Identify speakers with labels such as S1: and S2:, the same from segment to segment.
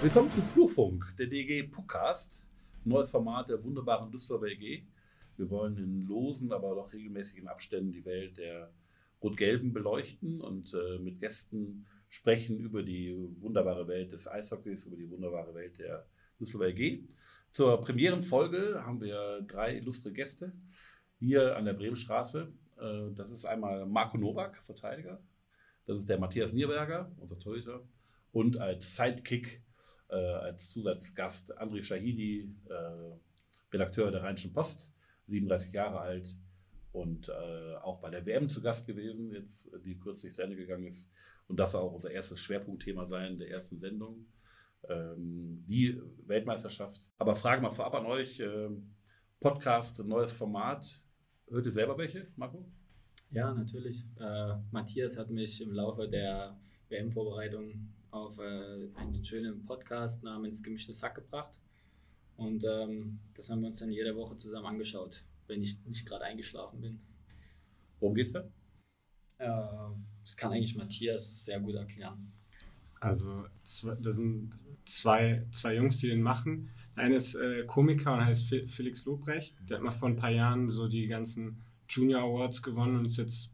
S1: Willkommen zu Flurfunk, der DEG Podcast, neues Format der wunderbaren Düsseldorfer EG. Wir wollen in losen, aber doch regelmäßigen Abständen die Welt der Rot-Gelben beleuchten und mit Gästen sprechen über die wunderbare Welt des Eishockeys, über die wunderbare Welt der Düsseldorfer EG. Zur Premierenfolge haben wir 3 illustre Gäste hier an der Bremenstraße. Das ist einmal Marco Nowak, Verteidiger. Das ist der Matthias Nierberger, unser Torhüter. Und als Sidekick, als Zusatzgast André Shahidi, Redakteur der Rheinischen Post, 37 Jahre alt und auch bei der WM zu Gast gewesen, jetzt, die kürzlich zu Ende gegangen ist. Und das soll auch unser erstes Schwerpunktthema sein der ersten Sendung, die Weltmeisterschaft. Aber Frage mal vorab an euch, Podcast, neues Format. Hört ihr selber welche, Marco?
S2: Ja, natürlich. Matthias hat mich im Laufe der WM-Vorbereitung auf einen schönen Podcast namens Gemischtes Hack gebracht. Und das haben wir uns dann jede Woche zusammen angeschaut, wenn ich nicht gerade eingeschlafen bin.
S1: Worum geht's da?
S2: Das kann eigentlich Matthias sehr gut erklären.
S3: Also das sind zwei Jungs, die den machen. Der eine ist Komiker und heißt Felix Lobrecht. Der hat mal vor ein paar Jahren so die ganzen Junior Awards gewonnen und ist jetzt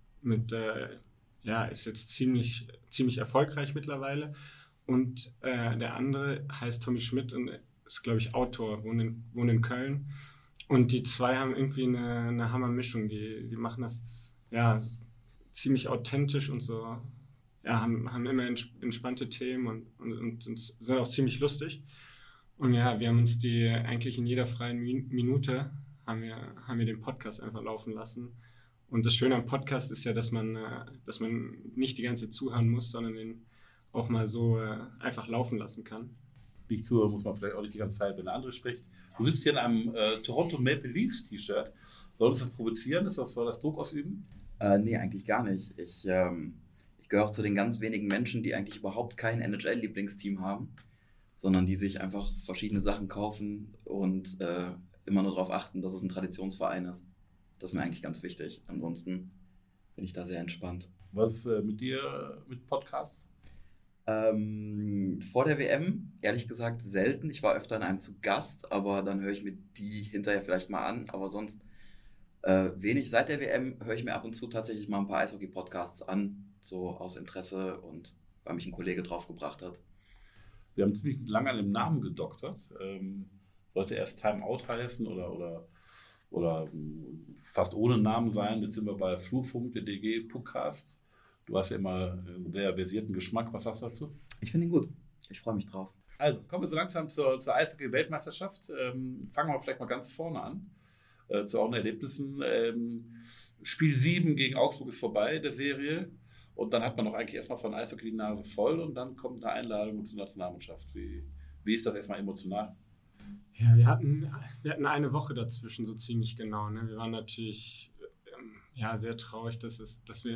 S3: ziemlich erfolgreich mittlerweile. Und der andere heißt Tommy Schmidt und ist, glaube ich, Autor, wohnt in Köln. Und die zwei haben irgendwie eine Hammermischung. Die machen das ziemlich authentisch und so. Ja, haben immer entspannte Themen und sind auch ziemlich lustig. Und ja, wir haben uns die eigentlich in jeder freien Minute haben wir den Podcast einfach laufen lassen. Und das Schöne am Podcast ist ja, dass man nicht die ganze Zeit zuhören muss, sondern den auch mal so einfach laufen lassen kann.
S1: Die ich zuhöre, muss man vielleicht auch nicht die ganze Zeit, wenn der andere spricht. Du sitzt hier in einem Toronto Maple Leafs T-Shirt. Soll uns das provozieren? Soll das Druck ausüben?
S4: Nee, eigentlich gar nicht. Ich gehöre auch zu den ganz wenigen Menschen, die eigentlich überhaupt kein NHL-Lieblingsteam haben, sondern die sich einfach verschiedene Sachen kaufen und immer nur darauf achten, dass es ein Traditionsverein ist. Das ist mir eigentlich ganz wichtig. Ansonsten bin ich da sehr entspannt.
S1: Was ist mit dir mit Podcasts?
S4: Vor der WM, ehrlich gesagt, selten. Ich war öfter in einem zu Gast, aber dann höre ich mir die hinterher vielleicht mal an. Aber sonst wenig. Seit der WM höre ich mir ab und zu tatsächlich mal ein paar Eishockey-Podcasts an, so aus Interesse und weil mich ein Kollege draufgebracht hat.
S1: Wir haben ziemlich lange an dem Namen gedoktert. Sollte erst Timeout heißen oder fast ohne Namen sein. Jetzt sind wir bei Flurfunk, der DG Podcast. Du hast ja immer einen sehr versierten Geschmack. Was sagst du dazu?
S4: Ich finde ihn gut. Ich freue mich drauf.
S1: Also, kommen wir so langsam zur Eishockey-Weltmeisterschaft. Fangen wir vielleicht mal ganz vorne an. Zu euren Erlebnissen. Spiel 7 gegen Augsburg ist vorbei, der Serie. Und dann hat man doch eigentlich erstmal von Eishockey die Nase voll und dann kommt eine Einladung zur Nationalmannschaft. Wie ist das erstmal emotional?
S3: Ja, wir hatten eine Woche dazwischen, so ziemlich genau. Ne? Wir waren natürlich sehr traurig, dass wir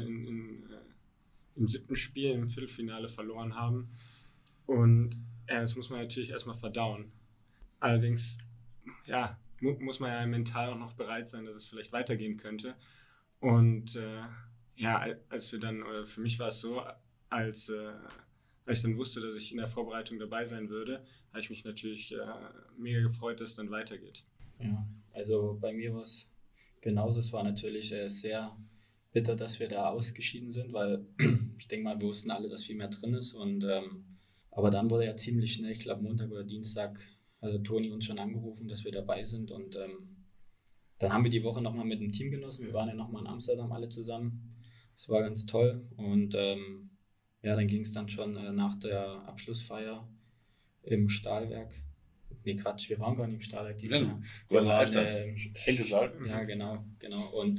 S3: im 7. Spiel im Viertelfinale verloren haben. Und das muss man natürlich erstmal verdauen. Allerdings, muss man ja mental auch noch bereit sein, dass es vielleicht weitergehen könnte. Und als wir dann, oder für mich war es so, als ich dann wusste, dass ich in der Vorbereitung dabei sein würde, habe ich mich natürlich mega gefreut, dass es dann weitergeht.
S2: Ja, also bei mir war es genauso. Es war natürlich sehr bitter, dass wir da ausgeschieden sind, weil ich denke mal, wir wussten alle, dass viel mehr drin ist. Und aber dann wurde ja ziemlich schnell, ich glaube Montag oder Dienstag, also Toni uns schon angerufen, dass wir dabei sind. Und dann haben wir die Woche nochmal mit dem Team genossen. Wir waren ja nochmal in Amsterdam alle zusammen. Das war ganz toll. Und dann ging es dann schon nach der Abschlussfeier im Stahlwerk. Nee, Quatsch, wir waren gar nicht im Stahlwerk dieses Jahr. Wir waren im
S1: Enkelsaal.
S2: Ja, genau. Und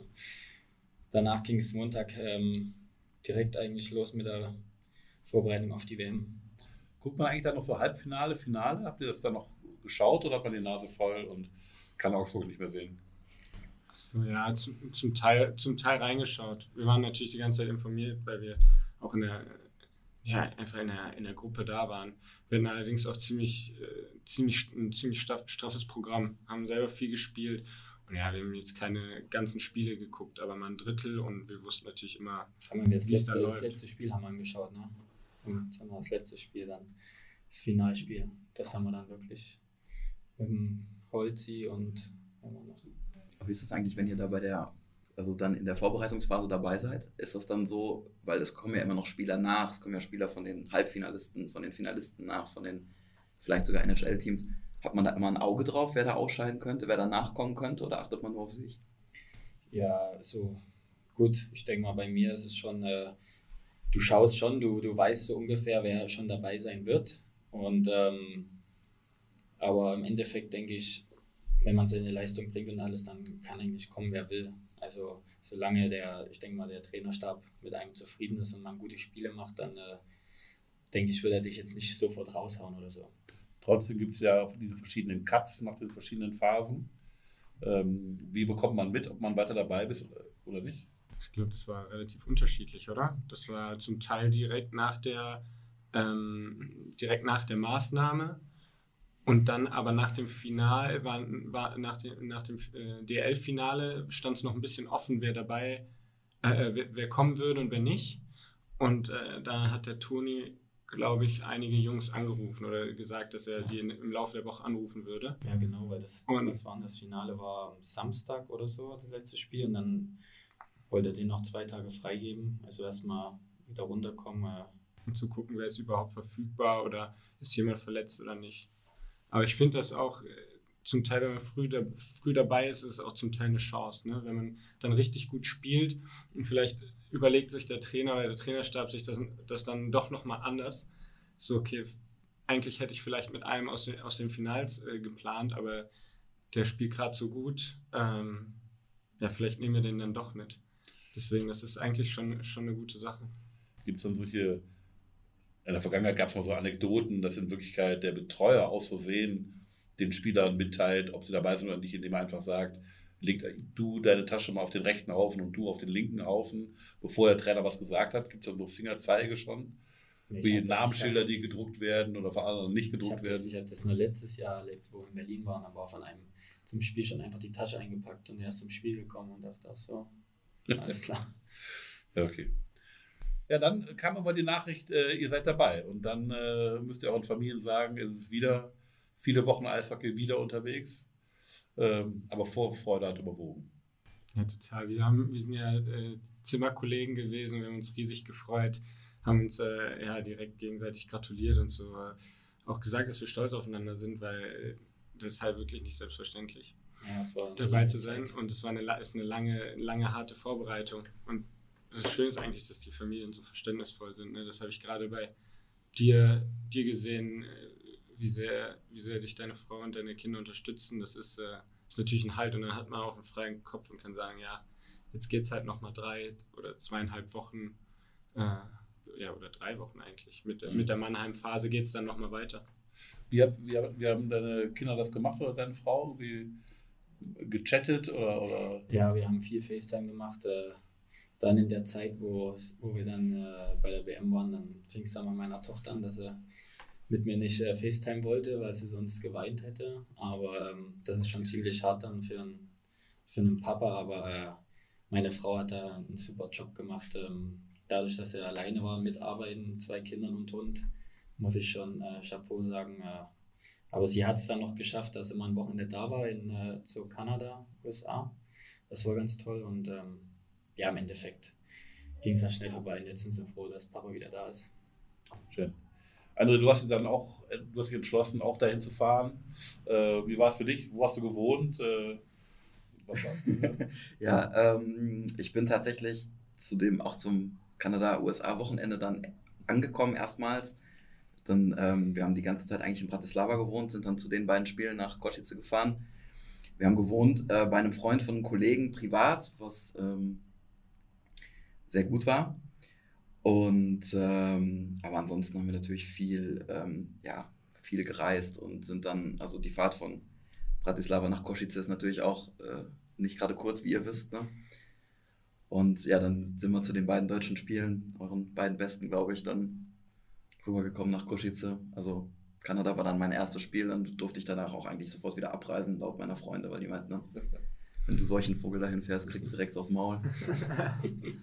S2: danach ging es Montag direkt eigentlich los mit der Vorbereitung auf die WM.
S1: Guckt man eigentlich dann noch so Halbfinale, Finale? Habt ihr das dann noch geschaut oder hat man die Nase voll und kann Augsburg nicht mehr sehen?
S3: Ja, zum Teil reingeschaut. Wir waren natürlich die ganze Zeit informiert, weil wir auch in der Gruppe da waren. Wir hatten allerdings auch ein ziemlich straffes Programm, haben selber viel gespielt. Und ja, wir haben jetzt keine ganzen Spiele geguckt, aber mal ein Drittel und wir wussten natürlich immer,
S2: wie es da läuft. Das letzte Spiel haben wir angeschaut, ne? Und das letzte Spiel dann das Finalspiel. Das haben wir dann wirklich mit dem Holzi und immer noch.
S4: Wie ist das eigentlich, wenn ihr da also dann in der Vorbereitungsphase dabei seid? Ist das dann so, weil es kommen ja immer noch Spieler nach, es kommen ja Spieler von den Halbfinalisten, von den Finalisten nach, von den vielleicht sogar NHL-Teams. Hat man da immer ein Auge drauf, wer da ausscheiden könnte, wer da nachkommen könnte, oder achtet man nur auf sich?
S2: Ja, so gut. Ich denke mal, bei mir ist es schon, du schaust schon, du weißt so ungefähr, wer schon dabei sein wird. Und aber im Endeffekt denke ich, wenn man seine Leistung bringt und alles, dann kann eigentlich kommen, wer will. Also solange ich denke mal, der Trainerstab mit einem zufrieden ist und man gute Spiele macht, dann denke ich, will er dich jetzt nicht sofort raushauen oder so.
S1: Trotzdem gibt es ja diese verschiedenen Cuts nach den verschiedenen Phasen. Wie bekommt man mit, ob man weiter dabei ist oder nicht?
S3: Ich glaube, das war relativ unterschiedlich, oder? Das war zum Teil direkt nach der Maßnahme. Und dann aber nach dem Finale, nach dem DL-Finale stand es noch ein bisschen offen, wer kommen würde und wer nicht. Und da hat der Toni, glaube ich, einige Jungs angerufen oder gesagt, dass er die im Laufe der Woche anrufen würde.
S2: Ja, genau, weil das Finale war am Samstag oder so, das letzte Spiel. Und dann wollte er den noch 2 Tage freigeben. Also erstmal wieder runterkommen.
S3: Um zu gucken, wer ist überhaupt verfügbar oder ist jemand verletzt oder nicht. Aber ich finde das auch zum Teil, wenn man früh dabei ist, ist es auch zum Teil eine Chance. Ne? Wenn man dann richtig gut spielt und vielleicht überlegt sich der Trainer oder der Trainerstab sich das dann doch nochmal anders. So, okay, eigentlich hätte ich vielleicht mit einem aus den Finals geplant, aber der spielt gerade so gut. Vielleicht nehmen wir den dann doch mit. Deswegen, das ist eigentlich schon eine gute Sache.
S1: Gibt es dann solche... In der Vergangenheit gab es mal so Anekdoten, dass in Wirklichkeit der Betreuer aus Versehen den Spielern mitteilt, ob sie dabei sind oder nicht, indem er einfach sagt, leg du deine Tasche mal auf den rechten Haufen und du auf den linken Haufen, bevor der Trainer was gesagt hat. Gibt es dann so Fingerzeige schon? Wie Namensschilder, die gedruckt werden oder von anderen nicht gedruckt werden?
S2: Ich habe das nur letztes Jahr erlebt, wo wir in Berlin waren, aber auch von einem zum Spiel schon einfach die Tasche eingepackt und erst zum Spiel gekommen und dachte, ach so, alles klar.
S1: Ja, okay. Ja, dann kam aber die Nachricht, ihr seid dabei. Und dann müsst ihr euren Familien sagen, es ist wieder viele Wochen Eishockey wieder unterwegs. Aber Vorfreude hat überwogen.
S3: Ja, total. Wir sind ja Zimmerkollegen gewesen, wir haben uns riesig gefreut, haben uns direkt gegenseitig gratuliert und so auch gesagt, dass wir stolz aufeinander sind, weil das ist halt wirklich nicht selbstverständlich, dabei zu sein. Und es ist eine lange, harte Vorbereitung. Und das Schöne ist eigentlich, dass die Familien so verständnisvoll sind. Ne? Das habe ich gerade bei dir gesehen, wie sehr dich deine Frau und deine Kinder unterstützen. Das ist natürlich ein Halt und dann hat man auch einen freien Kopf und kann sagen, ja, jetzt geht es halt nochmal 3 oder 2,5 Wochen, oder 3 Wochen eigentlich. Mit der Mannheim-Phase geht es dann nochmal weiter.
S1: Wie haben deine Kinder das gemacht oder deine Frau? Wie gechattet oder?
S2: Ja, wir haben viel FaceTime gemacht. Dann in der Zeit, wo wir dann bei der WM waren, dann fing es dann mit meiner Tochter an, dass sie mit mir nicht FaceTime wollte, weil sie sonst geweint hätte. Aber das ist schon ziemlich hart dann für einen Papa. Aber meine Frau hat da einen super Job gemacht. Dadurch, dass er alleine war mit Arbeiten, 2 Kindern und Hund, muss ich schon Chapeau sagen. Aber sie hat es dann noch geschafft, dass sie mal ein Wochenende da war zu Kanada, USA. Das war ganz toll und im Endeffekt ging es dann schnell vorbei und jetzt sind sie froh, dass Papa wieder da ist.
S1: Schön. André, du hast dich entschlossen, auch dahin zu fahren. Wie war es für dich? Wo hast du gewohnt? Was war's?
S4: Ja, ich bin tatsächlich auch zum Kanada-USA-Wochenende dann angekommen erstmals. Dann, wir haben die ganze Zeit eigentlich in Bratislava gewohnt, sind dann zu den beiden Spielen nach Košice gefahren. Wir haben gewohnt bei einem Freund von einem Kollegen privat, was sehr gut war. Und aber ansonsten haben wir natürlich viel gereist und sind dann, also die Fahrt von Bratislava nach Košice ist natürlich auch nicht gerade kurz, wie ihr wisst, ne? Und ja, dann sind wir zu den beiden deutschen Spielen, euren beiden besten, glaube ich, dann rübergekommen nach Košice. Also Kanada war dann mein erstes Spiel, dann durfte ich danach auch eigentlich sofort wieder abreisen, laut meiner Freunde, weil die meinten, ne, wenn du solchen Vogel dahin fährst, kriegst du direkt aufs Maul.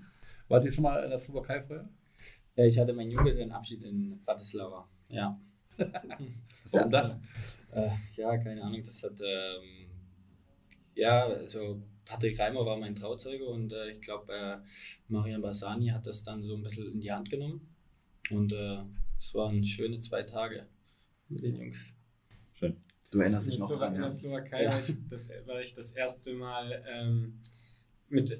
S1: Wart ihr schon mal in der Slowakei vorher?
S2: Ich hatte meinen Junggesellenabschied in Bratislava, ja.
S1: Warum das?
S2: Ja, keine Ahnung. Das hat, ja, also Patrick Reimer war mein Trauzeuge und ich glaube, Marian Bassani hat das dann so ein bisschen in die Hand genommen. Und es waren schöne 2 Tage mit den Jungs.
S1: Schön.
S4: Du erinnerst dich noch
S3: so
S4: dran,
S3: in der
S4: ja?
S3: Slowakei war ich das erste Mal mit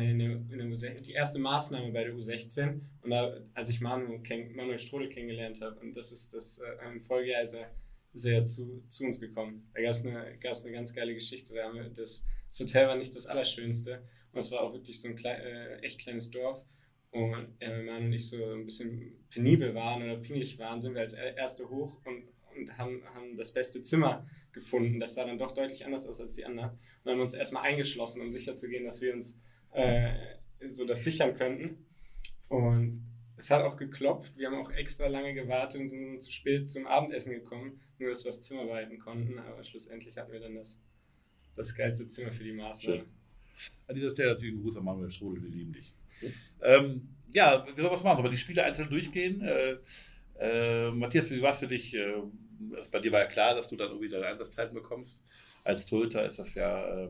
S3: die erste Maßnahme bei der U16 und da, als ich Manuel Strodel kennengelernt habe, und das ist das im Folgejahr ist er zu uns gekommen. Da gab es eine ganz geile Geschichte. Das Hotel war nicht das Allerschönste und es war auch wirklich so ein echt kleines Dorf. Und wenn Manu und ich so ein bisschen penibel waren oder pingelig waren, sind wir als Erste hoch und haben das beste Zimmer gefunden. Das sah dann doch deutlich anders aus als die anderen. Und haben uns erstmal eingeschlossen, um sicher zu gehen, dass wir uns so das sichern könnten. Und es hat auch geklopft. Wir haben auch extra lange gewartet und sind zu spät zum Abendessen gekommen, nur dass wir das Zimmer behalten konnten. Aber schlussendlich hatten wir dann das geilste Zimmer für die Maßnahme.
S1: Schön. An dieser Stelle natürlich ein Gruß an Manuel Strodel, wir lieben dich. Ja, wie soll man was machen? Sollen wir die Spiele einzeln durchgehen? Matthias, wie war es für dich? Bei dir war ja klar, dass du dann irgendwie deine Einsatzzeiten bekommst. Als Torhüter ist das ja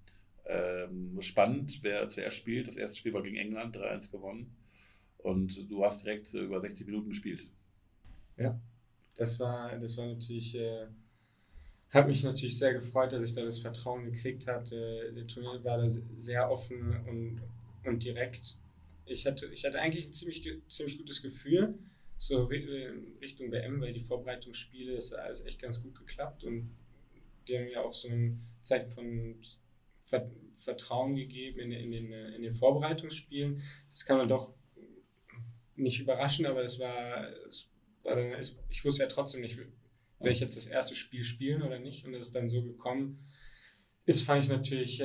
S1: spannend, wer zuerst spielt. Das erste Spiel war gegen England, 3-1 gewonnen. Und du hast direkt über 60 Minuten gespielt.
S3: Ja, das war natürlich, hat mich natürlich sehr gefreut, dass ich da das Vertrauen gekriegt habe. Der Turnier war da sehr offen und direkt. Ich hatte eigentlich ein ziemlich gutes Gefühl, so Richtung WM, weil die Vorbereitungsspiele, ist alles echt ganz gut geklappt und die haben ja auch so ein Zeichen von Vertrauen gegeben in den Vorbereitungsspielen. Das kann man doch nicht überraschen, aber ich wusste ja trotzdem nicht, werde ich jetzt das erste Spiel spielen oder nicht, und das ist dann so gekommen ist, war ich natürlich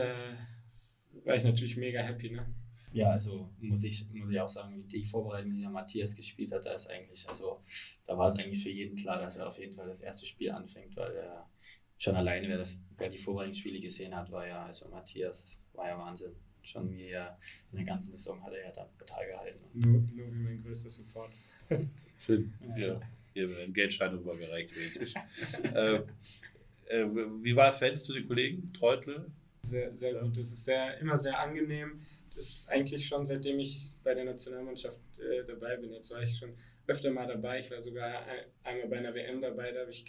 S3: mega happy, ne?
S2: Ja, also muss ich auch sagen, die Vorbereitung, die Matthias gespielt hat, da war es eigentlich für jeden klar, dass er auf jeden Fall das erste Spiel anfängt, weil er schon alleine, wer die Vorbereitungsspiele gesehen hat, Matthias war ja Wahnsinn. Schon wie er in der ganzen Saison hat er ja da brutal gehalten.
S3: Nur wie mein größter Support.
S1: Schön. Ja. Hier wird ein Geldschein rübergereicht über den Tisch. Wie war das Verhältnis zu den Kollegen? Treutle?
S3: Sehr, sehr gut. Das ist immer sehr angenehm. Das ist eigentlich schon, seitdem ich bei der Nationalmannschaft dabei bin. Jetzt war ich schon öfter mal dabei. Ich war sogar einmal bei einer WM dabei. Da habe ich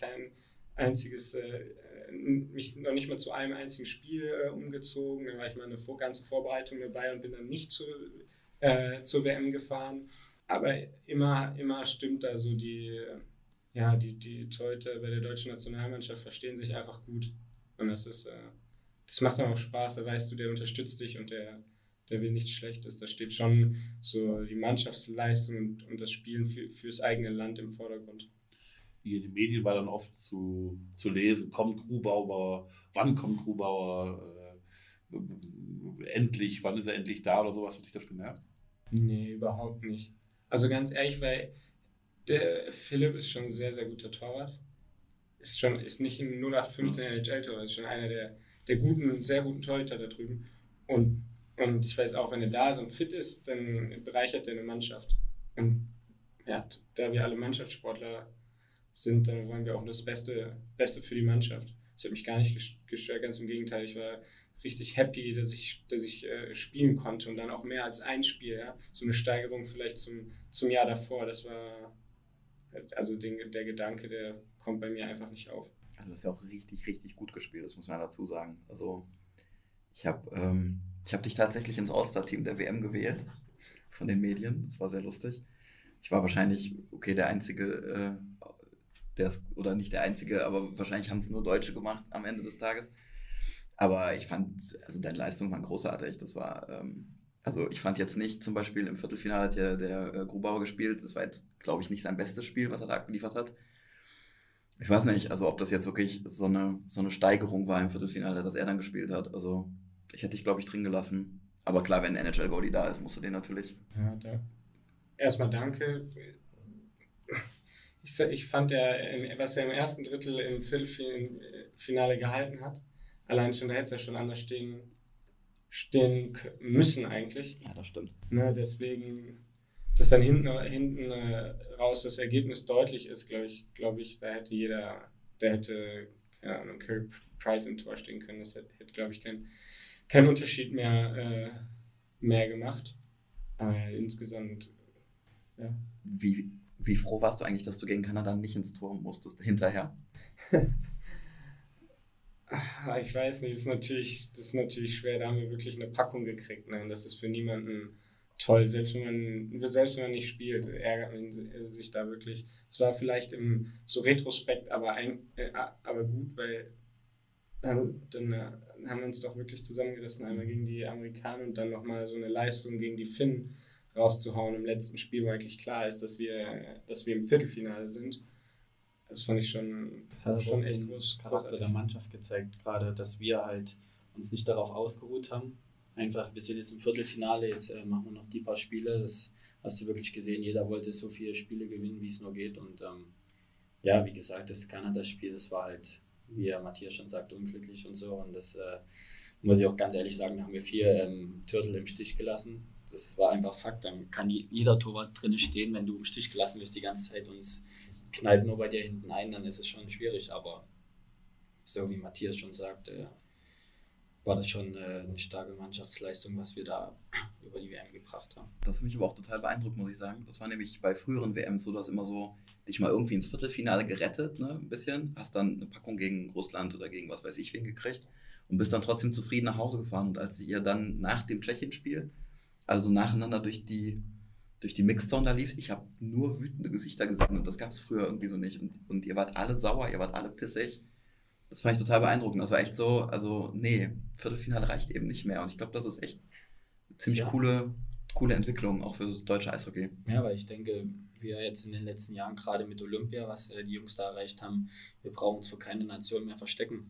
S3: mich noch nicht mal zu einem einzigen Spiel umgezogen. Da war ich mal eine ganze Vorbereitung dabei und bin dann nicht zur WM gefahren. Aber immer stimmt da so die Torhüter bei der deutschen Nationalmannschaft verstehen sich einfach gut. Und das macht dann auch Spaß. Da weißt du, der unterstützt dich und der will nichts Schlechtes. Da steht schon so die Mannschaftsleistung und das Spielen fürs eigene Land im Vordergrund.
S1: Hier in den Medien war dann oft zu lesen, kommt Grubauer, wann kommt Grubauer, endlich, wann ist er endlich da oder sowas, hat dich das genervt?
S3: Nee, überhaupt nicht. Also ganz ehrlich, weil der Philipp ist schon ein sehr, sehr guter Torwart. Ist nicht ein 0815 NHL-Torwart, ist schon einer der sehr guten Torhüter da drüben. Und ich weiß auch, wenn er da ist und fit ist, dann bereichert er eine Mannschaft. Und ja, da wir alle Mannschaftssportler sind, dann wollen wir auch das Beste für die Mannschaft. Das hat mich gar nicht gestört, ganz im Gegenteil. Ich war richtig happy, dass ich spielen konnte und dann auch mehr als ein Spiel. Ja? So eine Steigerung vielleicht zum Jahr davor. Das war also der Gedanke, der kommt bei mir einfach nicht auf.
S4: Also du hast ja auch richtig, richtig gut gespielt, das muss man dazu sagen. Also ich hab dich tatsächlich ins All-Star-Team der WM gewählt von den Medien. Das war sehr lustig. Ich war wahrscheinlich, der Einzige, oder nicht der Einzige, aber wahrscheinlich haben es nur Deutsche gemacht am Ende des Tages. Aber ich fand, also deine Leistungen waren großartig. Das war, also ich fand jetzt nicht, zum Beispiel im Viertelfinale hat ja der Grubauer gespielt. Das war jetzt, glaube ich, nicht sein bestes Spiel, was er da abgeliefert hat. Ich weiß nicht, also ob das jetzt wirklich so eine Steigerung war im Viertelfinale, dass er dann gespielt hat. Also ich hätte dich, glaube ich, drin gelassen. Aber klar, wenn ein NHL-Goalie da ist, musst du den natürlich.
S3: Ja, erstmal danke. Ich fand, was er im ersten Drittel im Viertelfinale gehalten hat, allein schon, da hätte es ja schon anders stehen müssen eigentlich.
S4: Ja, das stimmt.
S3: Ne, deswegen dass dann hinten raus das Ergebnis deutlich ist, glaube ich, da hätte, keine Ahnung, Carey Price im Tor stehen können. Das hätte glaube ich, keinen Unterschied mehr gemacht. Aber insgesamt, ja.
S4: Wie froh warst du eigentlich, dass du gegen Kanada nicht ins Tor musstest hinterher?
S3: Ich weiß nicht, das ist natürlich schwer. Da haben wir wirklich eine Packung gekriegt. Ne? Und das ist für niemanden toll. Selbst wenn man nicht spielt, ärgert man sich da wirklich. Es war vielleicht im so Retrospekt, aber gut, weil dann haben wir uns doch wirklich zusammengerissen, einmal gegen die Amerikaner und dann nochmal so eine Leistung gegen die Finnen rauszuhauen im letzten Spiel, wo eigentlich klar ist, dass wir im Viertelfinale sind. Das fand ich schon,
S2: das hat
S3: schon
S2: auch
S3: echt
S2: den
S3: groß.
S2: Charakter der Mannschaft gezeigt, gerade, dass wir halt uns nicht darauf ausgeruht haben. Einfach, wir sind jetzt im Viertelfinale, jetzt machen wir noch die paar Spiele. Das hast du wirklich gesehen, jeder wollte so viele Spiele gewinnen, wie es nur geht. Und ja, wie gesagt, das Kanada-Spiel, das war halt, wie Matthias schon sagt, unglücklich und so. Und das muss ich auch ganz ehrlich sagen, da haben wir 4 Turtle im Stich gelassen. Das war einfach Fakt. Dann kann jeder Torwart drin stehen, wenn du im Stich gelassen wirst die ganze Zeit und es knallt nur bei dir hinten ein, dann ist es schon schwierig. Aber so wie Matthias schon sagt, war das schon eine starke Mannschaftsleistung, was wir da über die WM gebracht haben.
S4: Das hat mich aber auch total beeindruckt, muss ich sagen. Das war nämlich bei früheren WMs so, dass immer so dich mal irgendwie ins Viertelfinale gerettet, ne, ein bisschen. Hast dann eine Packung gegen Russland oder gegen was weiß ich wen gekriegt und bist dann trotzdem zufrieden nach Hause gefahren. Und als ihr dann nach dem Tschechien-Spiel, also nacheinander durch die Mixzone da lief, ich habe nur wütende Gesichter gesehen und das gab es früher irgendwie so nicht. Und ihr wart alle sauer, ihr wart alle pissig. Das fand ich total beeindruckend. Das war echt so, also nee, Viertelfinale reicht eben nicht mehr. Und ich glaube, das ist echt eine ziemlich coole Entwicklung, auch für das deutsche Eishockey.
S2: Ja, weil ich denke, wir jetzt in den letzten Jahren, gerade mit Olympia, was die Jungs da erreicht haben, wir brauchen uns für keine Nation mehr verstecken.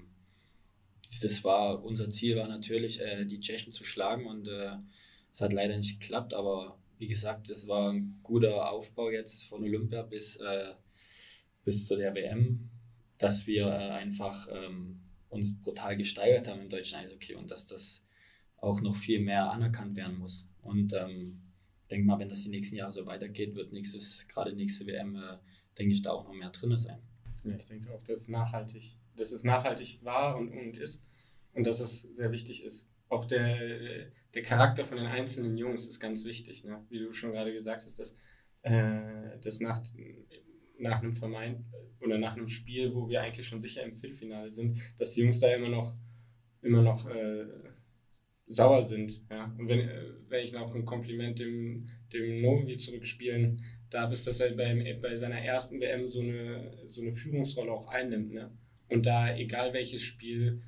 S2: Unser Ziel war natürlich, die Tschechen zu schlagen und es hat leider nicht geklappt, aber wie gesagt, das war ein guter Aufbau jetzt von Olympia bis zu der WM, dass wir einfach uns brutal gesteigert haben im deutschen Eishockey und dass das auch noch viel mehr anerkannt werden muss. Und denke mal, wenn das die nächsten Jahre so weitergeht, wird gerade nächste WM, denke ich, da auch noch mehr drin sein.
S3: Ja, ich denke auch, dass es nachhaltig war und ist und dass es sehr wichtig ist. Auch der Charakter von den einzelnen Jungs ist ganz wichtig, ne? Wie du schon gerade gesagt hast, dass nach einem oder nach einem Spiel, wo wir eigentlich schon sicher im Viertelfinale sind, dass die Jungs da immer noch sauer sind. Ja? Und wenn ich noch ein Kompliment dem Novi zurückspielen darf, ist, dass er bei seiner ersten WM so eine Führungsrolle auch einnimmt. Ne? Und da, egal welches Spiel,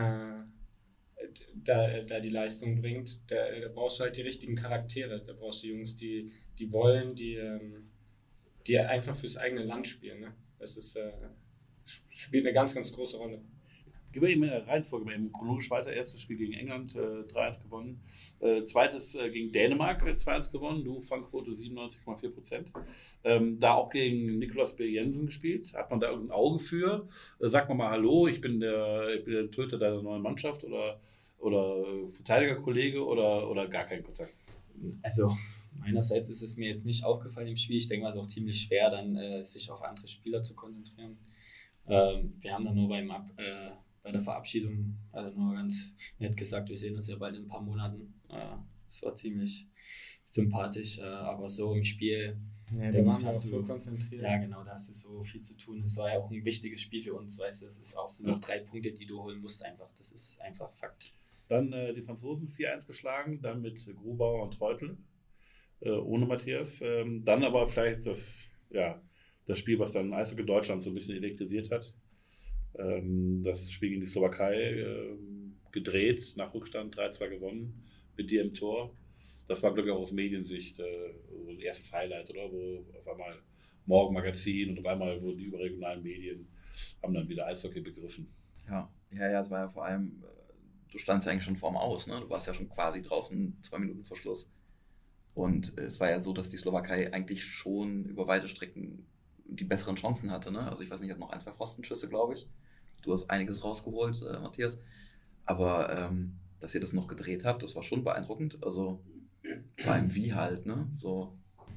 S3: da die Leistung bringt, da brauchst du halt die richtigen Charaktere. Da brauchst du Jungs, die wollen, die einfach fürs eigene Land spielen. Ne? Das spielt eine ganz, ganz große Rolle.
S1: Gehen wir eben in der Reihenfolge mal eben chronologisch weiter. Erstes Spiel gegen England, 3-1 gewonnen. Zweites gegen Dänemark, 2-1 gewonnen. Du, Fangquote 97,4%. Da auch gegen Nicolas B. Jensen gespielt. Hat man da irgendein Auge für? Sagt man mal Hallo, ich bin der Töter deiner neuen Mannschaft oder Verteidigerkollege oder gar keinen Kontakt?
S2: Also meinerseits ist es mir jetzt nicht aufgefallen im Spiel. Ich denke mal, es ist auch ziemlich schwer, dann sich auf andere Spieler zu konzentrieren. Wir haben dann nur bei der Verabschiedung, also nur ganz nett gesagt, wir sehen uns ja bald in ein paar Monaten. Das war ziemlich sympathisch, aber so im Spiel.
S3: Ja, da waren wir auch so konzentriert.
S2: Ja, genau, da hast du so viel zu tun. Es war ja auch ein wichtiges Spiel für uns, weißt du, es ist auch so noch 3 Punkte, die du holen musst einfach. Das ist einfach Fakt.
S1: Dann die Franzosen 4-1 geschlagen, dann mit Grubauer und Treutel, ohne Matthias. Dann aber vielleicht das Spiel, was dann Eishockey Deutschland so ein bisschen elektrisiert hat. Das Spiel gegen die Slowakei gedreht, nach Rückstand 3-2 gewonnen, mit dir im Tor. Das war, glaube ich, auch aus Mediensicht ein erstes Highlight, oder? Wo auf einmal Morgenmagazin und auf einmal wurden die überregionalen Medien haben dann wieder Eishockey begriffen.
S4: Ja, es war ja vor allem, du standst ja eigentlich schon vorm Aus, ne? Du warst ja schon quasi draußen 2 Minuten vor Schluss. Und es war ja so, dass die Slowakei eigentlich schon über weite Strecken die besseren Chancen hatte, ne? Also ich weiß nicht, hat noch 1, 2 Pfostenschüsse, glaube ich. Du hast einiges rausgeholt, Matthias. Aber dass ihr das noch gedreht habt, das war schon beeindruckend. Also vor allem wie halt, ne? So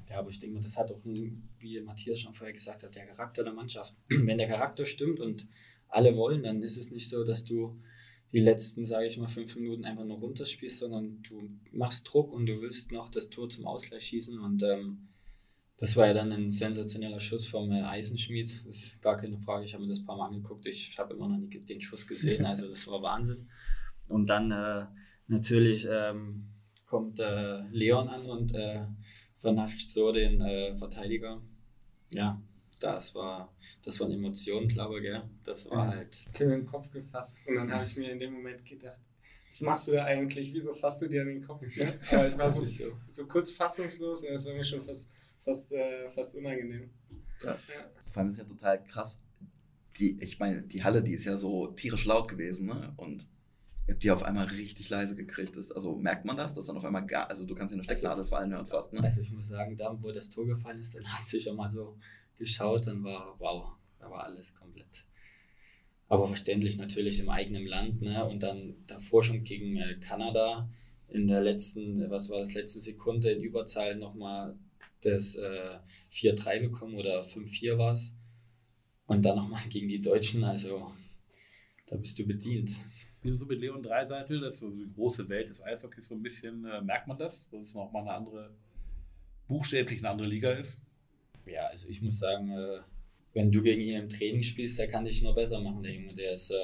S2: Ja, aber ich denke mal, das hat auch, wie Matthias schon vorher gesagt hat, der Charakter der Mannschaft. Wenn der Charakter stimmt und alle wollen, dann ist es nicht so, dass du die letzten, sage ich mal, 5 Minuten einfach nur runterspielst, sondern du machst Druck und du willst noch das Tor zum Ausgleich schießen. Und das war ja dann ein sensationeller Schuss vom Eisenschmied. Das ist gar keine Frage. Ich habe mir das ein paar Mal angeguckt. Ich habe immer noch nie den Schuss gesehen. Also das war Wahnsinn. Und dann natürlich kommt Leon an und vernascht so den Verteidiger. Ja, das war eine Emotion, glaube ich, gell? Das war halt...
S3: Ich habe mir den Kopf gefasst und dann habe ich mir in dem Moment gedacht, was machst du da eigentlich? Wieso fasst du dir an den Kopf? Ne? Aber ich war so kurz fassungslos und das war mir schon fast unangenehm.
S4: Ja. Vor allem ist ja total krass. Ich meine, die Halle, die ist ja so tierisch laut gewesen, ne? Und ihr habt die auf einmal richtig leise gekriegt. Also merkt man das, dass dann auf einmal also du kannst ja eine Stecknadel fallen hören fast, ne?
S2: Also ich muss sagen, da wo das Tor gefallen ist, dann hast du schon mal so geschaut, dann war wow, da war alles komplett. Aber verständlich natürlich im eigenen Land, ne? Und dann davor schon gegen Kanada in der letzten Sekunde in Überzahl nochmal das 4-3 bekommen oder 5-4 war es. Und dann nochmal gegen die Deutschen, also da bist du bedient.
S1: Wie so mit Leon Dreiseitel, das ist so die große Welt des Eishockeys so ein bisschen, merkt man das, dass es nochmal buchstäblich eine andere Liga ist?
S2: Ja, also ich muss sagen, wenn du gegen ihn im Training spielst, der kann dich nur besser machen, der Junge. Der ist,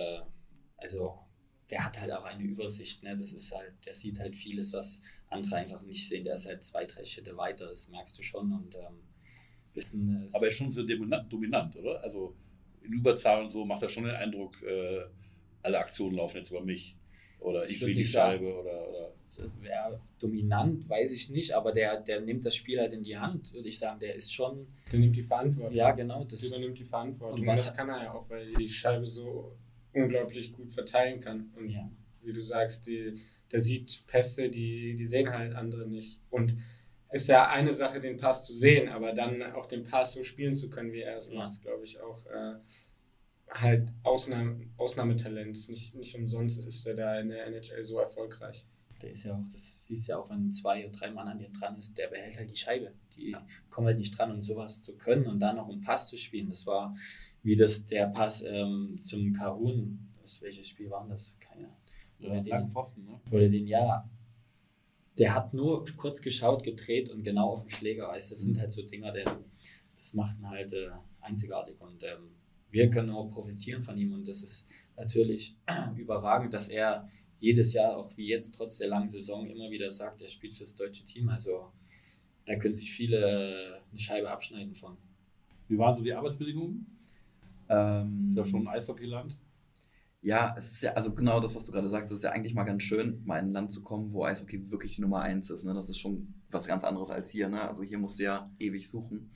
S2: der hat halt auch eine Übersicht, ne? Das ist halt, der sieht halt vieles, was andere einfach nicht sehen. Der ist halt 2-3 Schritte weiter, das merkst du schon. Und,
S1: aber er ist schon so dominant, oder? Also in Überzahl und so macht er schon den Eindruck, alle Aktionen laufen jetzt über mich. Oder ich will die Scheibe oder.
S2: Ja, dominant, weiß ich nicht, aber der nimmt das Spiel halt in die Hand, würde ich sagen. Der ist schon...
S3: Der nimmt die Verantwortung.
S2: Ja, genau.
S3: Der übernimmt die Verantwortung.
S2: Und
S3: das kann er ja auch, weil die Scheibe so unglaublich gut verteilen kann. Und
S2: ja,
S3: wie du sagst, der sieht Pässe, die sehen halt andere nicht. Und ist ja eine Sache, den Pass zu sehen, aber dann auch den Pass so spielen zu können, wie er es macht, glaube ich auch halt Ausnahmetalent. Nicht umsonst ist er da in der NHL so erfolgreich.
S2: Der ist ja auch, das siehst ja auch, wenn 2 oder 3 Mann an dir dran ist, der behält halt die Scheibe. Die kommen halt nicht dran, und sowas zu können und dann noch einen Pass zu spielen. Das war wie der Pass zum Kahun. Welches Spiel war das? Keine Ahnung.
S1: Pfosten, ne?
S2: Oder der hat nur kurz geschaut, gedreht und genau auf den Schläger. Also das sind halt so Dinger, das macht ihn halt einzigartig. Und wir können auch profitieren von ihm. Und das ist natürlich überragend, dass er jedes Jahr, auch wie jetzt, trotz der langen Saison, immer wieder sagt, er spielt für das deutsche Team. Also da können sich viele eine Scheibe abschneiden von.
S1: Wie waren so die Arbeitsbedingungen? Ist ja schon ein Eishockeyland.
S4: Ja, es ist ja, also genau das, was du gerade sagst, es ist ja eigentlich mal ganz schön, mal in ein Land zu kommen, wo Eishockey wirklich die Nummer 1 ist. Ne? Das ist schon was ganz anderes als hier. Ne? Also hier musst du ja ewig suchen.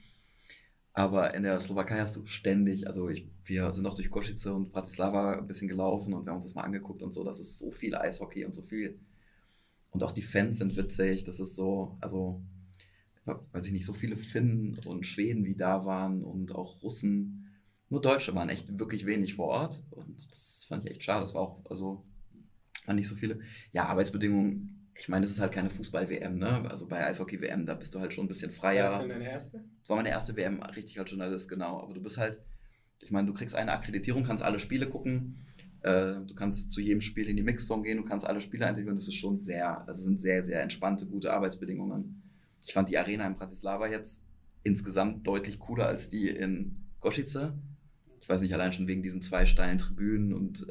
S4: Aber in der Slowakei hast du ständig, wir sind auch durch Košice und Bratislava ein bisschen gelaufen und wir haben uns das mal angeguckt und so, das ist so viel Eishockey und so viel. Und auch die Fans sind witzig, das ist so, also, weiß ich nicht, so viele Finnen und Schweden wie da waren und auch Russen. Nur Deutsche waren echt wirklich wenig vor Ort und das fand ich echt schade. Das war auch, waren nicht so viele. Ja, Arbeitsbedingungen. Ich meine, das ist halt keine Fußball-WM, ne? Also bei Eishockey-WM, da bist du halt schon ein bisschen freier.
S3: War das denn deine erste?
S4: Das war meine erste WM, richtig als Journalist, genau. Aber du bist halt, ich meine, du kriegst eine Akkreditierung, kannst alle Spiele gucken, du kannst zu jedem Spiel in die Mixzone gehen, du kannst alle Spieler interviewen. Das ist schon sind sehr, sehr entspannte, gute Arbeitsbedingungen. Ich fand die Arena in Bratislava jetzt insgesamt deutlich cooler als die in Košice. Ich weiß nicht, allein schon wegen diesen 2 steilen Tribünen und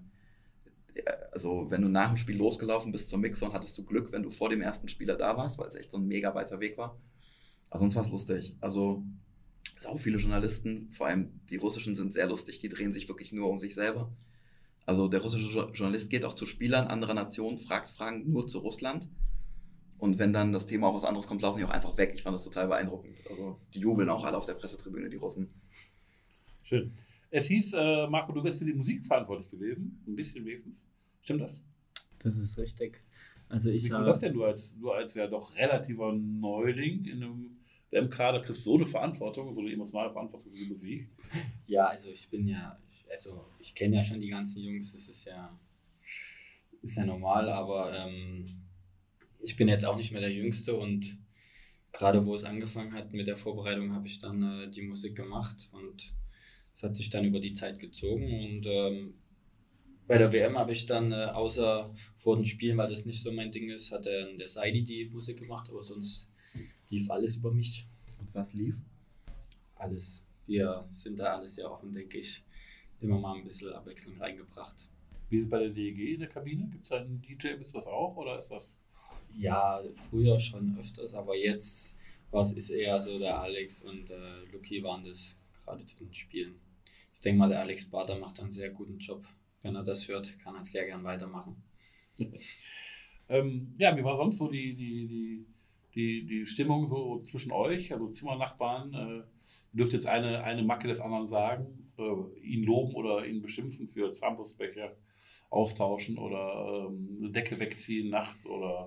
S4: also wenn du nach dem Spiel losgelaufen bist zur Mixzone, hattest du Glück, wenn du vor dem ersten Spieler da warst, weil es echt so ein mega weiter Weg war. Aber sonst war es lustig. Also sau viele Journalisten, vor allem die russischen, sind sehr lustig, die drehen sich wirklich nur um sich selber. Also der russische Journalist geht auch zu Spielern anderer Nationen, fragt Fragen nur zu Russland. Und wenn dann das Thema auf was anderes kommt, laufen die auch einfach weg. Ich fand das total beeindruckend. Also die jubeln auch alle auf der Pressetribüne, die Russen.
S1: Schön. Es hieß, Marco, du wärst für die Musik verantwortlich gewesen. Ein bisschen wenigstens. Stimmt das?
S2: Das ist richtig. Also
S1: Wie kommt das denn, du als ja doch relativer Neuling in einem WM-Kader kriegst so eine Verantwortung, so eine emotionale Verantwortung für die Musik?
S2: Ja, also ich kenne ja schon die ganzen Jungs, das ist ja normal, aber ich bin jetzt auch nicht mehr der Jüngste und gerade wo es angefangen hat mit der Vorbereitung, habe ich dann die Musik gemacht und es hat sich dann über die Zeit gezogen und bei der WM habe ich dann außer vor den Spielen, weil das nicht so mein Ding ist, hat der Saidi die Musik gemacht, aber sonst lief alles über mich.
S4: Und was lief?
S2: Alles. Wir sind da alles sehr offen, denke ich. Immer mal ein bisschen Abwechslung reingebracht.
S1: Wie ist es bei der DEG in der Kabine? Gibt es da einen DJ, bist du das auch oder ist das?
S2: Ja, früher schon öfters, aber jetzt ist eher so der Alex und Luki waren das gerade zu den Spielen. Ich denke mal, der Alex Bader macht einen sehr guten Job. Wenn er das hört, kann er sehr gern weitermachen.
S1: Ja, wie war sonst so die Stimmung so zwischen euch, also Zimmernachbarn? Ihr dürft jetzt eine Macke des anderen sagen, ihn loben oder ihn beschimpfen für Zahnpustbecher austauschen oder eine Decke wegziehen nachts oder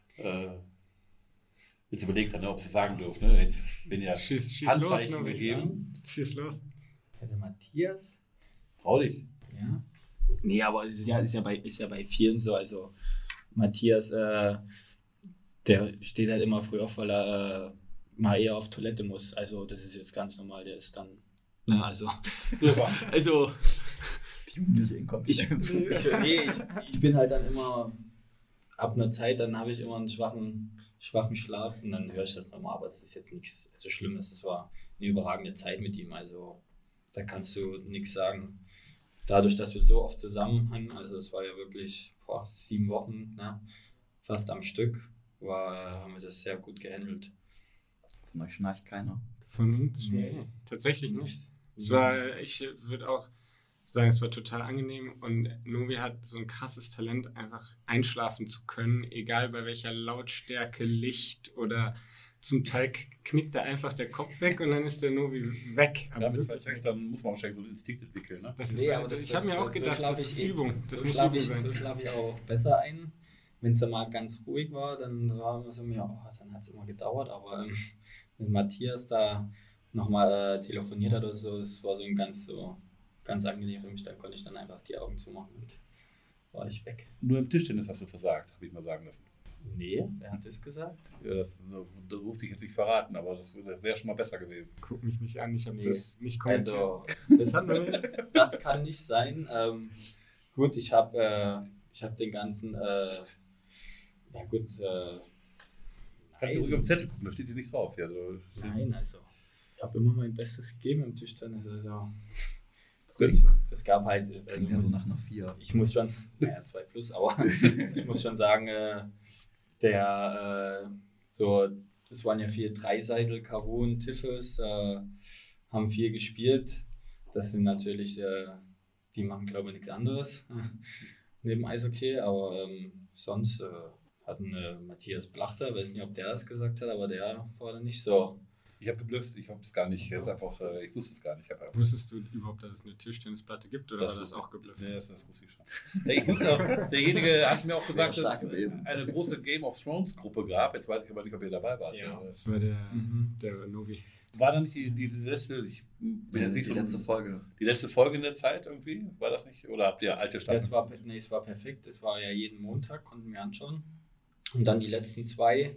S1: jetzt überlegt er, ob sie es sagen dürfen. Ne? Jetzt, wenn ihr
S3: Schieß
S1: Handzeichen
S3: los,
S1: gegeben.
S3: Schieß los.
S2: Ja, der Matthias.
S1: Trau dich.
S2: Ja. Nee, aber es ist ja bei vielen so. Also Matthias, der steht halt immer früh auf, weil er mal eher auf Toilette muss. Also das ist jetzt ganz normal. Der ist dann. Ja, also. Also.
S4: Jugendliche Inkontinenz.
S2: Ich bin halt dann immer ab einer Zeit, dann habe ich immer einen schwachen Schlaf und dann höre ich das nochmal. Aber das ist jetzt nichts so Schlimmes. Das war eine überragende Zeit mit ihm. Also da kannst du nichts sagen. Dadurch, dass wir so oft zusammenhängen, also es war ja wirklich 7 Wochen, ne, fast am Stück, haben wir das sehr gut gehandelt.
S4: Von euch schnarcht keiner.
S3: Von uns?
S2: Nee.
S3: Tatsächlich nicht. Ich würde auch sagen, es war total angenehm und Novi hat so ein krasses Talent, einfach einschlafen zu können, egal bei welcher Lautstärke, Licht oder zum Teil knickt da einfach der Kopf weg und dann ist der Novi weg.
S1: Ja, mit 2 Töchtern muss man wahrscheinlich so einen Instinkt entwickeln. Ne?
S3: Ich habe mir auch gedacht, das ist Übung. Das muss Übung sein.
S2: So schlafe ich auch besser ein. Wenn es dann mal ganz ruhig war, dann war immer so, dann hat es immer gedauert. Aber mit Matthias da nochmal telefoniert hat oder so, das war so ganz angenehm für mich. Dann konnte ich dann einfach die Augen zumachen und war ich weg.
S1: Nur im Tischtennis hast du versagt, habe ich mal sagen lassen.
S2: Nee, wer hat das gesagt?
S1: Ja, das durfte ich jetzt nicht verraten, aber das wäre schon mal besser gewesen.
S3: Guck mich nicht an, ich habe das nicht
S2: kommentiert. Also, das kann nicht sein. Gut, ich habe den ganzen,
S1: Kannst du ruhig auf den Zettel gucken, da steht hier nichts drauf. Ja, also,
S2: nein, also ich habe immer mein Bestes gegeben im Tischtennis. Also,
S1: gut.
S2: Das gab halt.
S4: Klingt ja so nach einer 4.
S2: Ich muss schon, 2+, aber ich muss schon sagen, es waren ja viel Dreiseitel, Kahun, Tiffes, haben viel gespielt. Das sind natürlich, die machen glaube ich nichts anderes neben Eishockey, aber sonst hatten Matthias Blachter, weiß nicht, ob der das gesagt hat, aber der war dann nicht so.
S1: Ich habe geblufft, ich habe es gar nicht, ich wusste es gar nicht.
S3: Wusstest du überhaupt, dass es eine Tischtennisplatte gibt oder war das auch geblufft?
S1: Nee, das wusste ich schon. Ich wusste auch, derjenige hat mir auch gesagt, dass es eine große Game of Thrones Gruppe gab. Jetzt weiß ich aber nicht, ob ihr dabei wart.
S3: Ja, das war der Novi.
S1: War dann nicht die letzte,
S4: die letzte Folge?
S1: Die letzte Folge in der Zeit irgendwie? War das nicht? Oder habt ihr alte Staffeln?
S2: Es war perfekt. Es war ja jeden Montag, konnten wir anschauen. Und dann die letzten zwei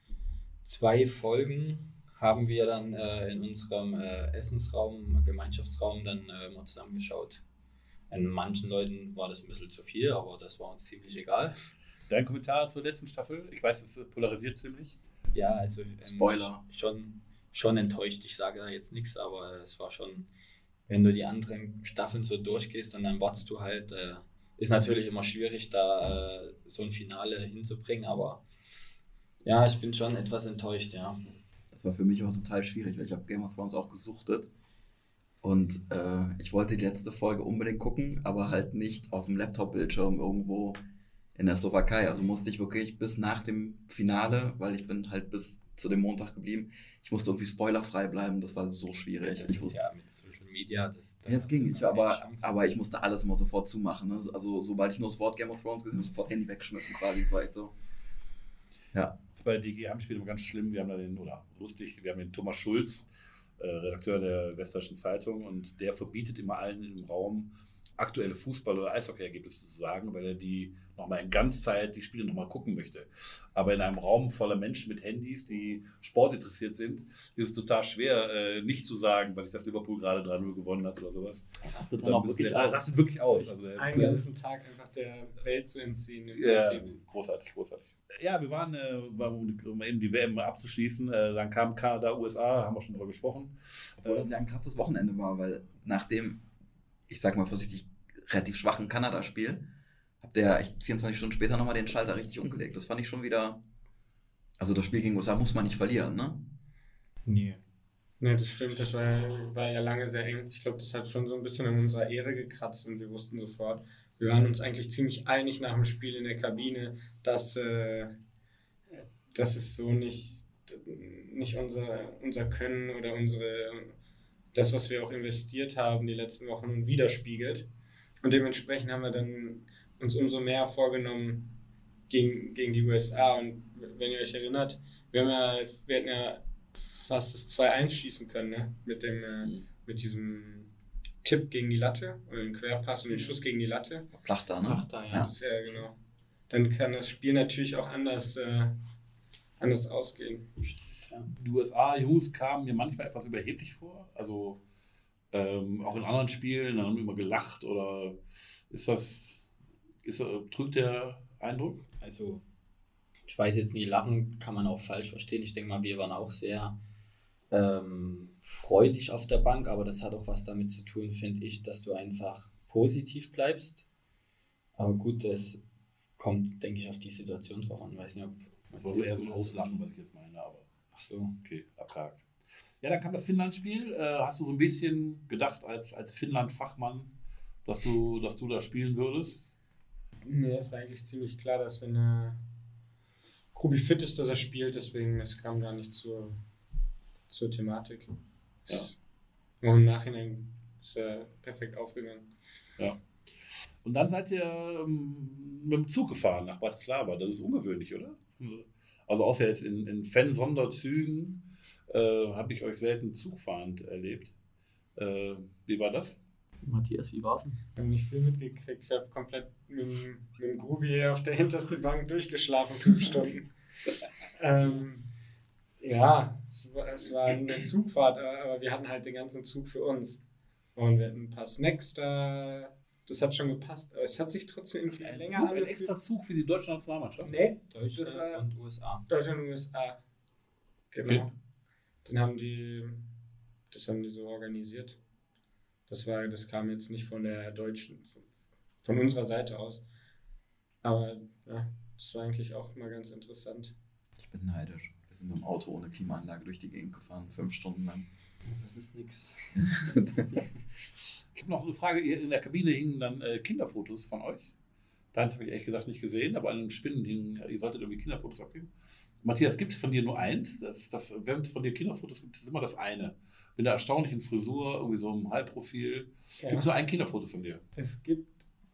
S2: Folgen haben wir dann in unserem Essensraum, Gemeinschaftsraum, dann mal zusammengeschaut. An manchen Leuten war das ein bisschen zu viel, aber das war uns ziemlich egal.
S1: Dein Kommentar zur letzten Staffel? Ich weiß, es polarisiert ziemlich.
S2: Ja, also
S4: Spoiler.
S2: Schon enttäuscht. Ich sage da jetzt nichts, aber es war schon, wenn du die anderen Staffeln so durchgehst und dann wartest du halt, ist natürlich immer schwierig, da so ein Finale hinzubringen, aber ja, ich bin schon etwas enttäuscht, ja.
S4: Das war für mich auch total schwierig, weil ich habe Game of Thrones auch gesuchtet und ich wollte die letzte Folge unbedingt gucken, aber halt nicht auf dem Laptop-Bildschirm irgendwo in der Slowakei. Also musste ich wirklich bis nach dem Finale, weil ich bin halt bis zu dem Montag geblieben, ich musste irgendwie spoilerfrei bleiben, das war so schwierig.
S2: Ja, das ist ja mit Social Media,
S4: das ging, aber ich musste alles immer sofort zumachen. Ne? Also sobald ich nur das Wort Game of Thrones gesehen habe, sofort Handy weggeschmissen quasi, das war echt so. Ja.
S1: Bei DG Heimspiel immer ganz schlimm, wir haben da den Thomas Schulz, Redakteur der Westdeutschen Zeitung, und der verbietet immer allen im Raum aktuelle Fußball- oder Eishockey-Ergebnisse zu sagen, weil er die nochmal in Ganzzeit die Spiele nochmal gucken möchte. Aber in einem Raum voller Menschen mit Handys, die sportinteressiert sind, ist es total schwer, nicht zu sagen, was ich das Liverpool gerade 3-0 gewonnen hat oder sowas.
S4: Rastet dann auch wirklich aus.
S1: Rastet wirklich aus. Also
S3: einen ganzen Tag einfach der Welt zu entziehen.
S1: Ja, großartig. Ja, wir waren, um eben die WM abzuschließen, dann kam Kanada, USA, haben wir schon darüber gesprochen.
S4: Obwohl das ja ein krasses Wochenende war, weil nach dem, ich sag mal vorsichtig, relativ schwachen Kanada-Spiel, habt ihr ja echt 24 Stunden später nochmal den Schalter richtig umgelegt. Das fand ich schon wieder, also das Spiel gegen USA muss man nicht verlieren, ne?
S2: Nee.
S3: Ne, das stimmt, das war ja lange sehr eng. Ich glaube, das hat schon so ein bisschen an unserer Ehre gekratzt und wir wussten sofort, wir waren uns eigentlich ziemlich einig nach dem Spiel in der Kabine, dass es so nicht unser Können oder das, was wir auch investiert haben die letzten Wochen, nun widerspiegelt. Und dementsprechend haben wir dann uns umso mehr vorgenommen gegen die USA. Und wenn ihr euch erinnert, wir hätten ja fast das 2-1 schießen können, ne? Mit diesem Tipp gegen die Latte oder den Querpass und den Schuss gegen die Latte.
S4: Plachter, ne?
S2: Plachter, ja.
S3: Das ist ja genau. Dann kann das Spiel natürlich auch anders ausgehen.
S1: Die USA-Jungs kamen mir manchmal etwas überheblich vor. Also auch in anderen Spielen, dann haben wir immer gelacht oder trügt der Eindruck?
S2: Also, ich weiß jetzt nicht, Lachen kann man auch falsch verstehen. Ich denke mal, wir waren auch sehr freudig auf der Bank, aber das hat auch was damit zu tun, finde ich, dass du einfach positiv bleibst. Aber gut, das kommt, denke ich, auf die Situation drauf an. Ich weiß nicht, ob...
S1: Das war so eher so ein Auslachen, was ich jetzt meine, aber
S2: Ach so.
S1: okay, abgehakt. Ja, dann kam das Finnland-Spiel. Hast du so ein bisschen gedacht als Finnland-Fachmann, dass du da spielen würdest?
S3: Nee, es war eigentlich ziemlich klar, dass wenn Grubi fit ist, dass er spielt, deswegen es kam gar nicht zur Thematik.
S1: Ja.
S3: Und im Nachhinein ist er perfekt aufgegangen.
S1: Ja. Und dann seid ihr mit dem Zug gefahren nach Bratislava. Das ist ungewöhnlich, oder? Also außer jetzt in Fan-Sonderzügen habe ich euch selten zugfahrend erlebt. Wie war das?
S2: Matthias, wie war's denn?
S3: Ich habe nicht viel mitgekriegt. Ich habe komplett mit dem Grubi hier auf der hintersten Bank durchgeschlafen, 5 Stunden. Ja, es war eine Zugfahrt, aber wir hatten halt den ganzen Zug für uns. Und wir hatten ein paar Snacks da. Das hat schon gepasst, aber es hat sich trotzdem irgendwie länger
S1: Ein
S3: angefühlt.
S1: extra Zug für die deutsche Nationalmannschaft?
S3: Nee,
S2: Deutschland
S3: das war
S2: und USA.
S3: Deutschland und USA. Genau.
S1: Okay.
S3: Das haben die so organisiert. Das kam jetzt nicht von der deutschen, von unserer Seite aus. Aber ja, das war eigentlich auch mal ganz interessant.
S4: Ich bin neidisch. Wir sind mit dem Auto ohne Klimaanlage durch die Gegend gefahren, 5 Stunden lang.
S2: Das ist nix.
S1: Ich habe noch eine Frage. In der Kabine hingen dann Kinderfotos von euch. Deins habe ich ehrlich gesagt nicht gesehen, aber an den Spinnen hingen, ihr solltet irgendwie Kinderfotos abgeben. Matthias, gibt es von dir nur eins? Wenn es von dir Kinderfotos gibt, ist es immer das eine. Mit einer erstaunlichen Frisur, irgendwie so einem Halbprofil.
S3: Ja.
S1: Gibt es nur ein Kinderfoto von dir?
S3: Es gibt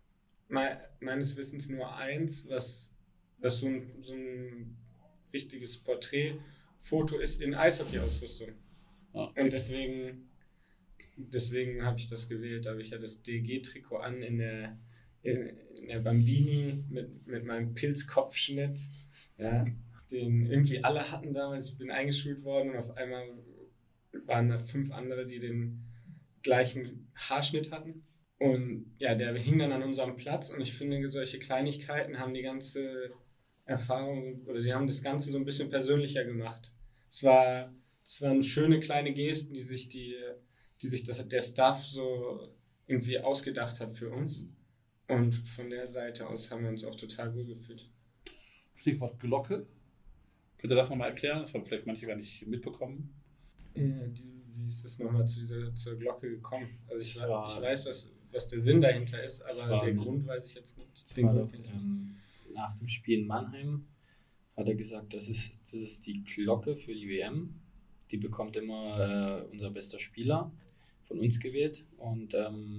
S3: meines Wissens nur eins, was so ein richtiges Porträtfoto ist in Eishockey-Ausrüstung.
S1: Ja.
S3: Und deswegen habe ich das gewählt. Da habe ich ja das DG-Trikot an in der Bambini mit meinem Pilzkopfschnitt, ja, den irgendwie alle hatten damals. Ich bin eingeschult worden und auf einmal waren da 5 andere, die den gleichen Haarschnitt hatten. Und ja, der hing dann an unserem Platz und ich finde, solche Kleinigkeiten haben die ganze Erfahrung oder die haben das Ganze so ein bisschen persönlicher gemacht. Das waren schöne kleine Gesten, die sich der Staff so irgendwie ausgedacht hat für uns. Und von der Seite aus haben wir uns auch total wohl gefühlt.
S1: Stichwort Glocke. Könnt ihr das nochmal erklären? Das haben vielleicht manche gar nicht mitbekommen.
S3: Wie ist es nochmal zur Glocke gekommen? Also ich
S2: war-
S3: weiß, was der Sinn dahinter ist, aber
S2: war
S3: der
S2: mit-
S3: Grund weiß ich jetzt nicht.
S2: Das war doch, nach dem Spiel in Mannheim hat er gesagt, das ist die Glocke für die WM. Die bekommt immer unser bester Spieler von uns gewählt. Und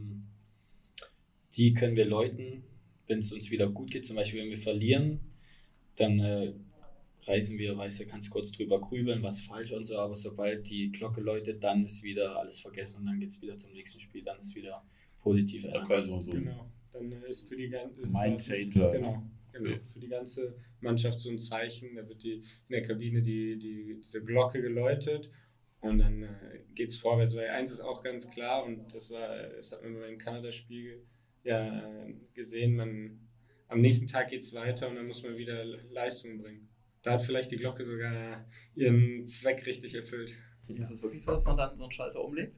S2: die können wir läuten, wenn es uns wieder gut geht. Zum Beispiel, wenn wir verlieren, dann reisen wir, kannst kurz drüber grübeln, was falsch und so. Aber sobald die Glocke läutet, dann ist wieder alles vergessen und dann geht es wieder zum nächsten Spiel. Dann ist wieder positiv
S1: quasi so
S3: Genau. Dann ist für die ganze
S1: Mindchanger.
S3: Genau. Für die ganze Mannschaft so ein Zeichen. Da wird in der Kabine diese Glocke geläutet und dann geht es vorwärts. Weil eins ist auch ganz klar und das hat man beim Kanada-Spiel gesehen, am nächsten Tag geht es weiter und dann muss man wieder Leistungen bringen. Da hat vielleicht die Glocke sogar ihren Zweck richtig erfüllt.
S4: Ist es wirklich so, dass man dann so einen Schalter umlegt?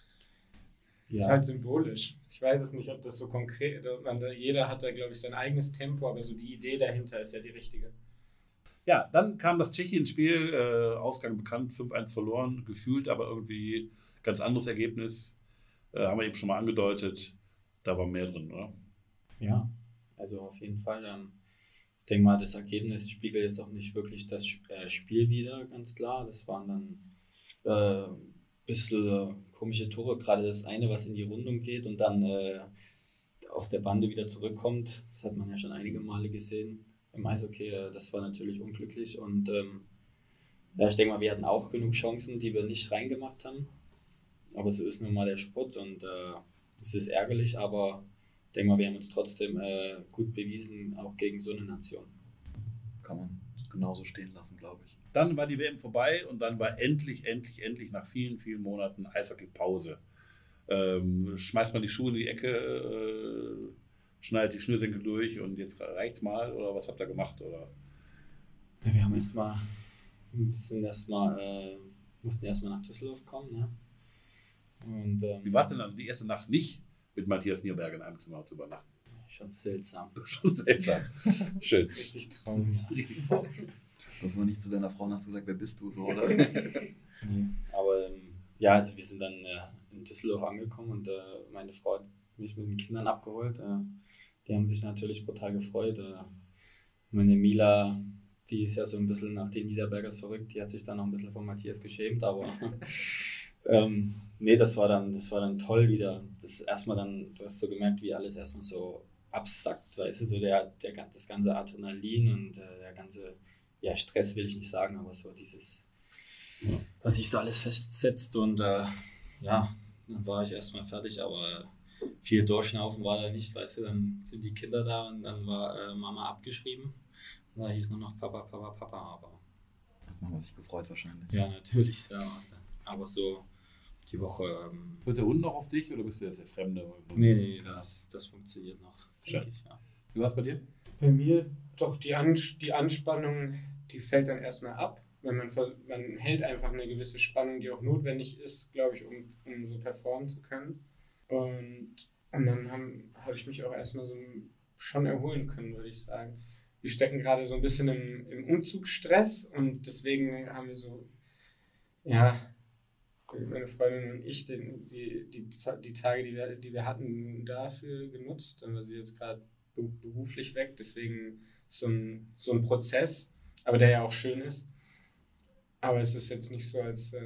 S3: Das ist halt symbolisch. Ich weiß es nicht, ob das so konkret, jeder hat da, glaube ich, sein eigenes Tempo, aber so die Idee dahinter ist ja die richtige.
S1: Ja, dann kam das Tschechien-Spiel, Ausgang bekannt, 5-1 verloren, gefühlt, aber irgendwie ganz anderes Ergebnis. Haben wir eben schon mal angedeutet, da war mehr drin, oder?
S2: Ja, also auf jeden Fall. Ich denke mal, das Ergebnis spiegelt jetzt auch nicht wirklich das Spiel wider, ganz klar. Das waren dann bisschen komische Tore, gerade das eine, was in die Rundung geht und dann auf der Bande wieder zurückkommt. Das hat man ja schon einige Male gesehen im Eishockey. Das war natürlich unglücklich und ich denke mal, wir hatten auch genug Chancen, die wir nicht reingemacht haben. Aber so ist nun mal der Sport und es ist ärgerlich, aber ich denke mal, wir haben uns trotzdem gut bewiesen, auch gegen so eine Nation.
S4: Kann man genauso stehen lassen, glaube ich.
S1: Dann war die WM vorbei und dann war endlich nach vielen, vielen Monaten Eishockey-Pause. Schmeißt man die Schuhe in die Ecke, schneidet die Schnürsenkel durch und jetzt reicht's mal oder was habt ihr gemacht? Oder?
S2: Ja, wir haben mussten erstmal nach Düsseldorf kommen. Ne? Und,
S1: wie war es denn dann die erste Nacht nicht mit Matthias Nierberger in einem Zimmer zu übernachten?
S2: Schon seltsam.
S1: Schon seltsam. Schön.
S3: Richtig traurig.
S4: Du hast mal nicht zu deiner Frau nachts gesagt, wer bist du so, oder?
S2: Nee. Aber also wir sind dann in Düsseldorf angekommen und meine Frau hat mich mit den Kindern abgeholt. Die haben sich natürlich brutal gefreut. Meine Mila, die ist ja so ein bisschen nach den Niederbergers verrückt, die hat sich dann noch ein bisschen von Matthias geschämt, aber nee, das war dann toll wieder. Das erstmal dann, du hast so gemerkt, wie alles erstmal so absackt, weißt du, so das ganze Adrenalin und der ganze, ja, Stress will ich nicht sagen, aber so dieses, was sich so alles festsetzt und dann war ich erstmal fertig, aber viel Durchschnaufen war da nicht, weißt du, dann sind die Kinder da und dann war Mama abgeschrieben. Da hieß nur noch Papa, aber.
S4: Hat Mama sich gefreut wahrscheinlich.
S2: Ja, natürlich, ja. Aber so die Woche.
S1: Hört der Hund noch auf dich oder bist du jetzt der Fremde?
S2: Nee, das funktioniert noch, denke ich, ja.
S1: Wie war es bei dir?
S3: Bei mir doch die Anspannung, die fällt dann erstmal ab. Wenn man hält einfach eine gewisse Spannung, die auch notwendig ist, glaube ich, um so performen zu können. Und dann habe ich mich auch erstmal so schon erholen können, würde ich sagen. Wir stecken gerade so ein bisschen im Umzugsstress und deswegen haben wir so, ja, meine Freundin und ich die Tage, die wir hatten, dafür genutzt. Dann war sie jetzt gerade beruflich weg, deswegen so ein Prozess, aber der ja auch schön ist. Aber es ist jetzt nicht so, als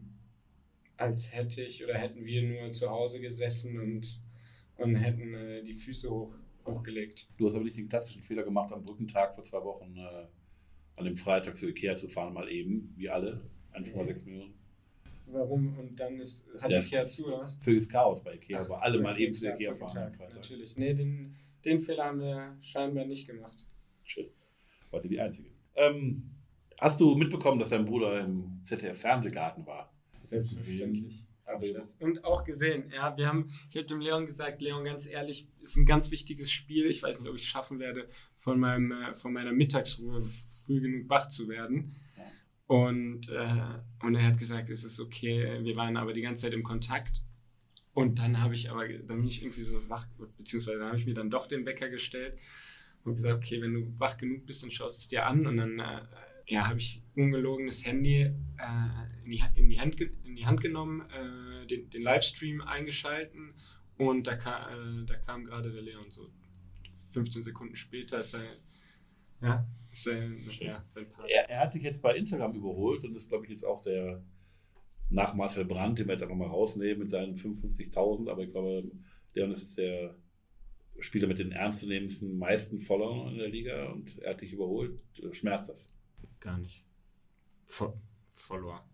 S3: hätten wir nur zu Hause gesessen und hätten die Füße hochgelegt.
S1: Du hast aber nicht den klassischen Fehler gemacht, am Brückentag vor 2 Wochen an dem Freitag zu Ikea zu fahren, mal eben, wie alle, 1,6 Millionen.
S3: Warum? Und dann hat Ikea zu, oder was?
S1: Völliges Chaos bei Ikea, aber alle mal
S3: okay,
S1: eben zu Ikea fahren am Freitag.
S3: Natürlich. Nee, den Fehler haben wir scheinbar nicht gemacht.
S1: Schön. Wart ihr die Einzige. Hast du mitbekommen, dass dein Bruder im ZDF-Fernsehgarten war?
S3: Selbstverständlich habe ich das. Und auch gesehen, ja, ich habe dem Leon gesagt, Leon, ganz ehrlich, ist ein ganz wichtiges Spiel. Ich weiß nicht, ob ich es schaffen werde, von meiner Mittagsruhe früh genug wach zu werden.
S1: Ja.
S3: Und er hat gesagt, es ist okay, wir waren aber die ganze Zeit im Kontakt. Und dann bin ich irgendwie so wach, beziehungsweise dann habe ich mir dann doch den Wecker gestellt und gesagt, okay, wenn du wach genug bist, dann schaust du es dir an. Und dann habe ich ungelogen das Handy in die Hand genommen, den Livestream eingeschalten und da kam gerade der Leon so 15 Sekunden später ist sein Part.
S1: Er hat dich jetzt bei Instagram überholt und ist, glaube ich, jetzt auch der nach Marcel Brandt, den wir jetzt einfach mal rausnehmen mit seinen 55.000, aber ich glaube, Leon ist jetzt der Spieler mit den ernstzunehmendsten meisten Followern in der Liga und er hat dich überholt. Schmerzt das?
S3: Gar nicht. Follower.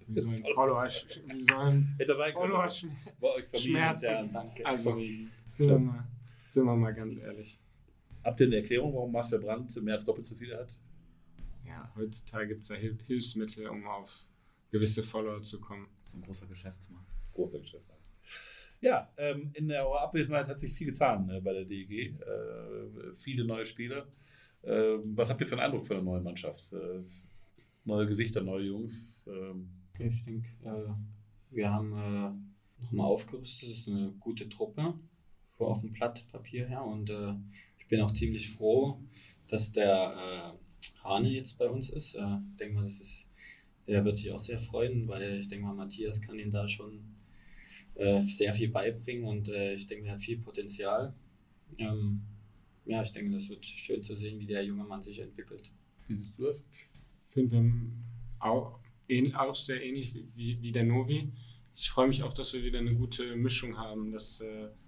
S3: Wie so ein Follower,
S1: Hätte sein können,
S3: Follower
S1: dass bei euch
S3: Schmerzen.
S1: familienintern.
S2: Danke.
S3: Also, sind wir mal ganz ehrlich.
S1: Habt ihr eine Erklärung, warum Marcel Brandt mehr als doppelt so viele hat?
S3: Ja, heutzutage gibt es ja Hilfsmittel, um auf gewisse Follower zu kommen.
S4: So ein großer Geschäftsmann.
S1: Großer Geschäftsmann. Ja, in eurer Abwesenheit hat sich viel getan bei der DEG. Viele neue Spieler. Was habt ihr für einen Eindruck von der neuen Mannschaft? Neue Gesichter, neue Jungs.
S2: Ich denke, wir haben nochmal aufgerüstet. Das ist eine gute Truppe, so auf dem Blatt Papier her. Und ich bin auch ziemlich froh, dass der Hane jetzt bei uns ist. Ich denke mal, der wird sich auch sehr freuen, weil ich denke mal, Matthias kann ihn da schon sehr viel beibringen und ich denke, er hat viel Potenzial. Ja, ich denke, das wird schön zu sehen, wie der junge Mann sich entwickelt.
S1: Wie siehst du das?
S3: Ich finde, wir auch sehr ähnlich wie der Novi. Ich freue mich auch, dass wir wieder eine gute Mischung haben, dass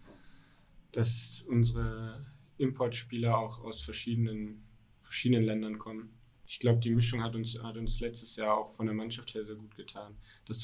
S3: unsere Importspieler auch aus verschiedenen Ländern kommen. Ich glaube, die Mischung hat uns letztes Jahr auch von der Mannschaft her sehr gut getan, dass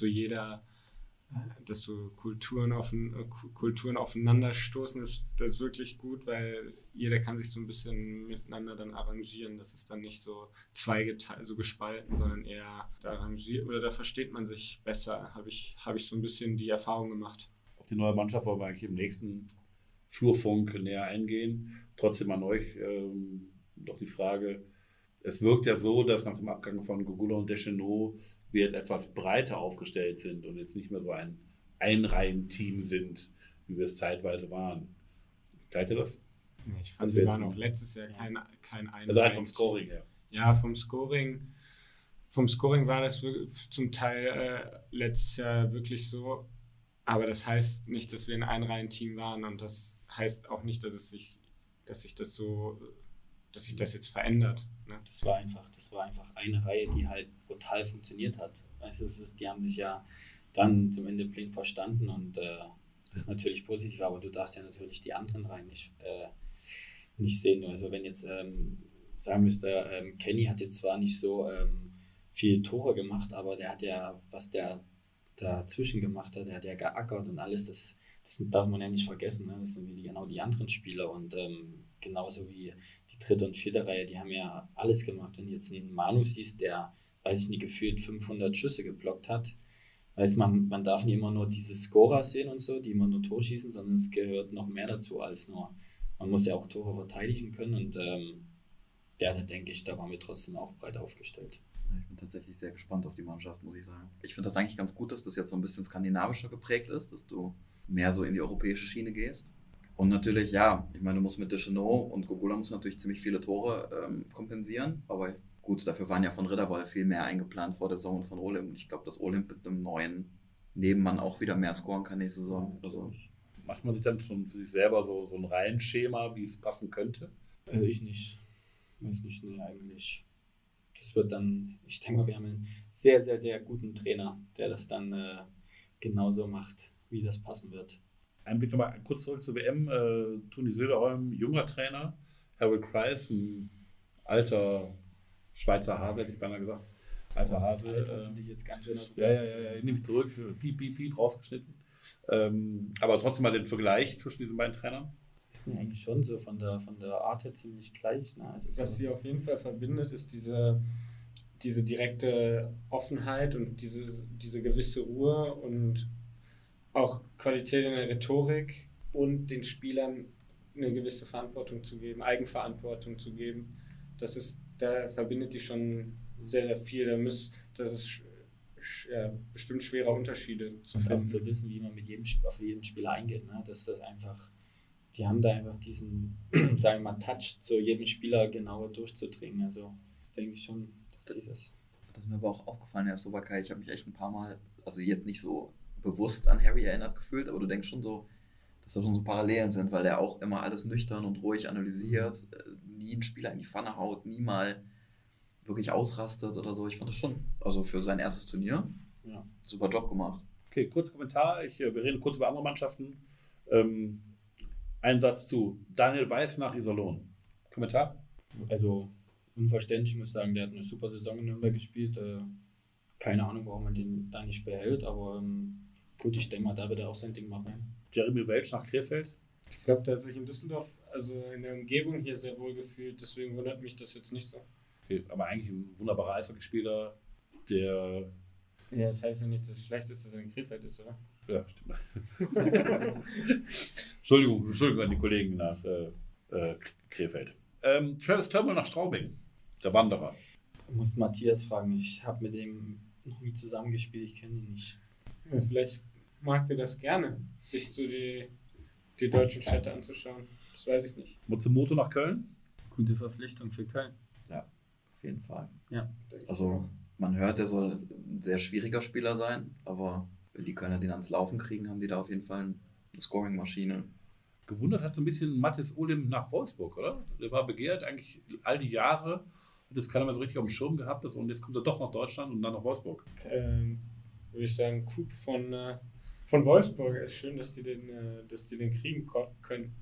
S3: so Kulturen aufeinander stoßen, das ist wirklich gut, weil jeder kann sich so ein bisschen miteinander dann arrangieren. Das ist dann nicht so zweigeteilt, so gespalten, sondern eher da versteht man sich besser, habe ich so ein bisschen die Erfahrung gemacht.
S1: Auf die neue Mannschaft wollen wir eigentlich im nächsten Flurfunk näher eingehen. Trotzdem an euch noch die Frage, es wirkt ja so, dass nach dem Abgang von Gogula und Deschenaux wir jetzt etwas breiter aufgestellt sind und jetzt nicht mehr so ein Einreihen-Team sind, wie wir es zeitweise waren. Teilt ihr das?
S3: Ich fand, wir waren auch letztes Jahr kein Einreihen.
S1: Also halt vom Scoring her.
S3: Ja, vom Scoring war das zum Teil letztes Jahr wirklich so. Aber das heißt nicht, dass wir ein Einreihen-Team waren und das heißt auch nicht, dass sich das jetzt verändert. Ne?
S2: Das war einfach eine Reihe, die halt brutal funktioniert hat. Also die haben sich ja dann zum Ende blind verstanden und das ist natürlich positiv, aber du darfst ja natürlich die anderen Reihen nicht sehen. Also wenn jetzt sagen müsste, Kenny hat jetzt zwar nicht so viel Tore gemacht, aber der hat ja, was der dazwischen gemacht hat, der hat ja geackert und alles, das darf man ja nicht vergessen. Ne? Das sind genau die anderen Spieler und genauso wie die dritte und vierte Reihe, die haben ja alles gemacht. Wenn du jetzt einen Manu siehst, der, weiß ich nicht, gefühlt 500 Schüsse geblockt hat, weiß man darf nicht immer nur diese Scorer sehen und so, die immer nur Tor schießen, sondern es gehört noch mehr dazu als nur, man muss ja auch Tore verteidigen können und da denke ich, da waren wir trotzdem auch breit aufgestellt.
S4: Ja, ich bin tatsächlich sehr gespannt auf die Mannschaft, muss ich sagen. Ich finde das eigentlich ganz gut, dass das jetzt so ein bisschen skandinavischer geprägt ist, dass du mehr so in die europäische Schiene gehst. Und natürlich, ja, ich meine, du musst mit Deschenaux und Gogula musst natürlich ziemlich viele Tore kompensieren, aber gut, dafür waren ja von Ridderwald viel mehr eingeplant vor der Saison von Olimp und ich glaube, dass Olimp mit einem neuen Nebenmann auch wieder mehr scoren kann nächste Saison. Also.
S1: Macht man sich dann schon für sich selber so ein Reihenschema, wie es passen könnte?
S2: Ich nicht. Weiß nicht, nee, eigentlich. Das wird dann, ich denke mal, wir haben einen sehr, sehr, sehr guten Trainer, der das dann genauso macht, wie das passen wird.
S1: Ein Blick nochmal kurz zurück zur WM. Toni Söderholm, junger Trainer. Harold Kreis, ein alter Schweizer Hase, hätte ich beinahe gesagt. Alter Hase.
S2: Alter, sind die jetzt ganz schön aus
S1: Ja, nehme ich zurück. Piep, rausgeschnitten. Aber trotzdem mal den Vergleich zwischen diesen beiden Trainern.
S2: Ist mir eigentlich schon so von der Art her ziemlich gleich. Ne? Also
S3: Was sie auf jeden Fall verbindet, ist diese direkte Offenheit und diese gewisse Ruhe und auch Qualität in der Rhetorik und den Spielern eine gewisse Verantwortung zu geben, Eigenverantwortung zu geben. Da verbindet die schon sehr, sehr viel. Das ist bestimmt schwere Unterschiede zu finden.
S2: Und auch zu wissen, wie man auf jeden Spieler eingeht. Ne? Dass das einfach, die haben da einfach diesen, sagen wir mal, Touch zu jedem Spieler genauer durchzudringen. Also das denke ich schon, dass dieses.
S4: Das ist mir aber auch aufgefallen in der Slowakei. Ich habe mich echt ein paar Mal, also jetzt nicht so bewusst an Harry erinnert gefühlt, aber du denkst schon so, dass da schon so Parallelen sind, weil der auch immer alles nüchtern und ruhig analysiert, nie einen Spieler in die Pfanne haut, nie mal wirklich ausrastet oder so. Ich fand das schon, also für sein erstes Turnier, super Job gemacht.
S1: Okay, kurzer Kommentar. Wir reden kurz über andere Mannschaften. Ein Satz zu Daniel Weiß nach Iserlohn. Kommentar?
S2: Also unverständlich, ich muss sagen, der hat eine super Saison in Nürnberg gespielt. Keine Ahnung, warum man den da nicht behält, aber gut, ich denke mal, da wird er auch sein Ding machen.
S1: Jeremy Welch nach Krefeld.
S3: Ich glaube, der hat sich in Düsseldorf, also in der Umgebung hier sehr wohl gefühlt, deswegen wundert mich das jetzt nicht so.
S1: Okay, aber eigentlich ein wunderbarer Eishockeyspieler, der...
S3: Ja, das heißt ja nicht, dass es schlecht ist, dass er in Krefeld ist, oder?
S1: Ja, stimmt. Entschuldigung an die Kollegen nach Krefeld. Travis Termel nach Straubing, der Wanderer.
S2: Du musst Matthias fragen, ich habe mit dem noch nie zusammengespielt, ich kenne ihn nicht.
S3: Ja, vielleicht mag er das gerne, sich so die deutschen Städte anzuschauen. Das weiß ich nicht.
S1: Matsumoto nach Köln.
S2: Gute Verpflichtung für Köln.
S4: Ja, auf jeden Fall.
S2: Ja.
S4: Also man hört, er soll ein sehr schwieriger Spieler sein, aber wenn die Kölner den ans Laufen kriegen, haben die da auf jeden Fall eine Scoring-Maschine.
S1: Gewundert hat so ein bisschen Mathis Olim nach Wolfsburg, oder? Der war begehrt eigentlich all die Jahre, hat jetzt keiner mehr so richtig auf dem Schirm gehabt und jetzt kommt er doch nach Deutschland und dann nach Wolfsburg.
S3: Würde ich sagen, Coup von Wolfsburg. Es ist schön, dass die den kriegen können.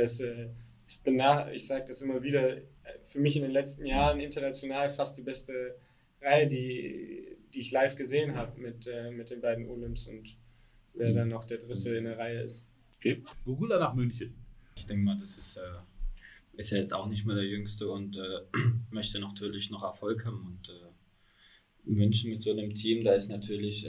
S3: Ich sage das immer wieder, für mich in den letzten Jahren international fast die beste Reihe, die ich live gesehen habe mit den beiden Olims und wer dann noch der dritte in der Reihe ist.
S1: Okay. Gugula nach München.
S2: Ich denke mal, das ist ja jetzt auch nicht mehr der Jüngste und möchte natürlich noch Erfolg haben. Und München mit so einem Team, da ist natürlich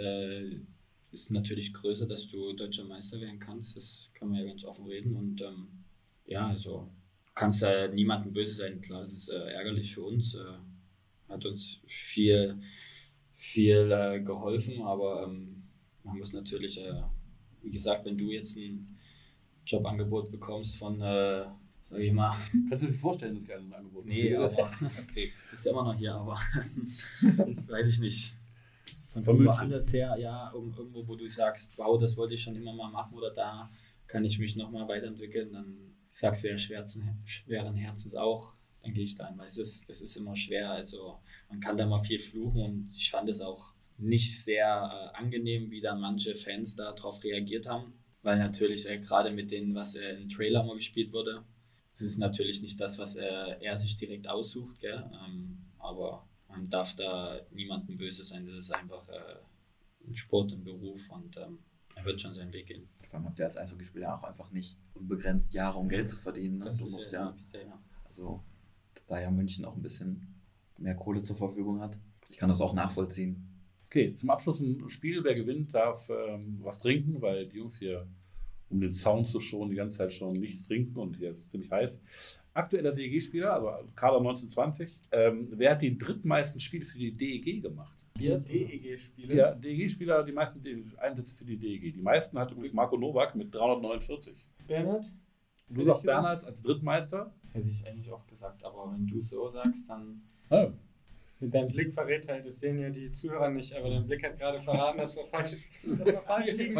S2: größer, dass du deutscher Meister werden kannst. Das kann man ja ganz offen reden. Und also kannst da niemandem böse sein. Klar, es ist ärgerlich für uns. Hat uns viel geholfen, aber man muss natürlich, wie gesagt, wenn du jetzt ein Jobangebot bekommst von, sag ich mal...
S1: Kannst du dir vorstellen, dass ich ein Angebot habe?
S2: Nee, aber okay. Bist ja immer noch hier, aber weiß ich nicht. Von
S1: Von
S2: irgendwo
S1: München.
S2: anders her, ja, irgendwo, wo du sagst, wow, das wollte ich schon immer mal machen oder da kann ich mich nochmal weiterentwickeln, dann sagst du ja schweren Herzens auch, dann gehe ich da ein, weil das ist immer schwer, also man kann da mal viel fluchen und ich fand es auch nicht sehr angenehm, wie da manche Fans darauf reagiert haben, weil natürlich gerade mit denen, was im Trailer mal gespielt wurde, das ist natürlich nicht das, was er sich direkt aussucht, gell? Aber man darf da niemandem böse sein, das ist einfach ein Sport, ein Beruf und er wird schon seinen Weg gehen.
S4: Vor allem habt ihr als Eishockeyspieler auch einfach nicht unbegrenzt Jahre, um Geld zu verdienen. Ne?
S2: Das
S4: Du
S2: ist
S4: musst
S2: das Nächste, ja.
S4: Also da ja München auch ein bisschen mehr Kohle zur Verfügung hat. Ich kann das auch nachvollziehen.
S1: Okay, zum Abschluss ein Spiel. Wer gewinnt, darf was trinken, weil die Jungs hier, um den Sound zu schonen, die ganze Zeit schon nichts trinken und hier ist es ziemlich heiß. Aktueller DEG-Spieler, also Kader 1920. Wer hat die drittmeisten Spiele für die DEG gemacht?
S3: DEG-Spiele?
S1: Ja, DEG-Spieler, die meisten Einsätze für die DEG. Die meisten hat übrigens Marco Nowak mit 349.
S3: Bernhard?
S1: Du sagst Bernhard als Drittmeister?
S2: Hätte ich eigentlich auch gesagt, aber wenn du so sagst, dann...
S1: Ah,
S3: Mit deinem Blick verrät halt, das sehen ja die Zuhörer nicht, aber dein Blick hat gerade verraten, dass wir falsch liegen.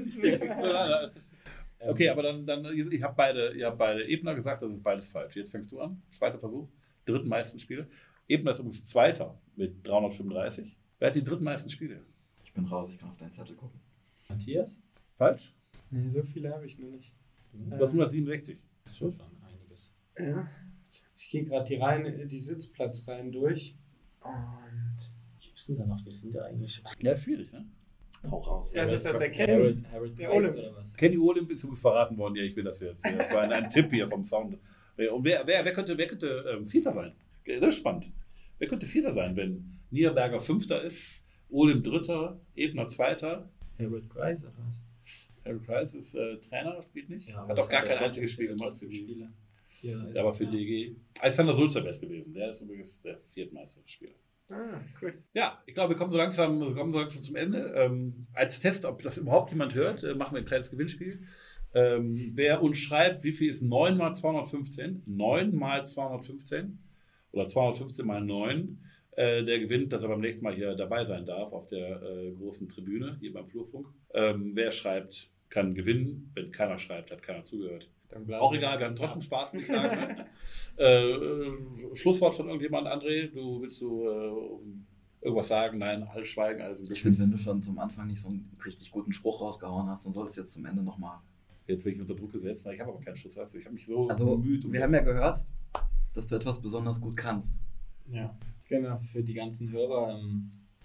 S1: Okay, aber dann ihr habt beide Ebner gesagt, das ist beides falsch. Jetzt fängst du an. Zweiter Versuch. Drittmeisten Spiele. Ebner ist übrigens Zweiter mit 335. Wer hat die drittmeisten Spiele?
S4: Ich bin raus, ich kann auf deinen Zettel gucken.
S2: Matthias?
S1: Falsch?
S3: Nee, so viele habe ich noch nicht.
S1: Du hast 167.
S2: Das ist schon einiges.
S3: Ja. Ich gehe gerade die Sitzplatzreihen durch. Und
S2: Gibt's denn da noch? Wir sind ja eigentlich...
S1: Ja, schwierig, ne?
S4: Hau raus.
S3: Ja, ist das der Kenny?
S2: Harold
S3: Der
S2: Price
S3: Olymp.
S2: oder was?
S1: Kenny Olymp ist übrigens verraten worden. Ja, ich will das jetzt. Das war ein Tipp hier vom Sound. Und wer könnte Vierter sein? Das ist spannend. Wer könnte Vierter sein, wenn Niederberger Fünfter ist, Olymp Dritter, Ebner Zweiter?
S2: Harold Price oder was?
S1: Harold Price ist Trainer, spielt nicht.
S2: Ja,
S1: Hat auch gar kein einziges Spiel gemacht.
S2: Spiele.
S1: Der war für DG. Alexander Sulzer wäre es gewesen. Der ist übrigens der viertmeister Spieler.
S3: Ah, cool.
S1: Ja, ich glaube, wir kommen so langsam zum Ende. Als Test, ob das überhaupt jemand hört, machen wir ein kleines Gewinnspiel. Wer uns schreibt, wie viel ist 9 mal 215? 9 mal 215 oder 215 mal 9, der gewinnt, dass er beim nächsten Mal hier dabei sein darf auf der großen Tribüne, hier beim Flurfunk. Wer schreibt, kann gewinnen. Wenn keiner schreibt, hat keiner zugehört. Auch egal, wir haben trotzdem Spaß, würde ich sagen. Schlusswort von irgendjemand, André, willst du irgendwas sagen? Nein, alles schweigen. Also
S4: Ich finde, wenn du schon zum Anfang nicht so einen richtig guten Spruch rausgehauen hast, dann solltest du jetzt zum Ende nochmal.
S1: Jetzt bin ich unter Druck gesetzt. Ich habe aber keinen Schluss. Also ich habe mich so
S4: Also,
S1: bemüht.
S4: wir haben ja gehört, dass du etwas besonders gut kannst.
S3: Ja, genau.
S2: Für die ganzen Hörer,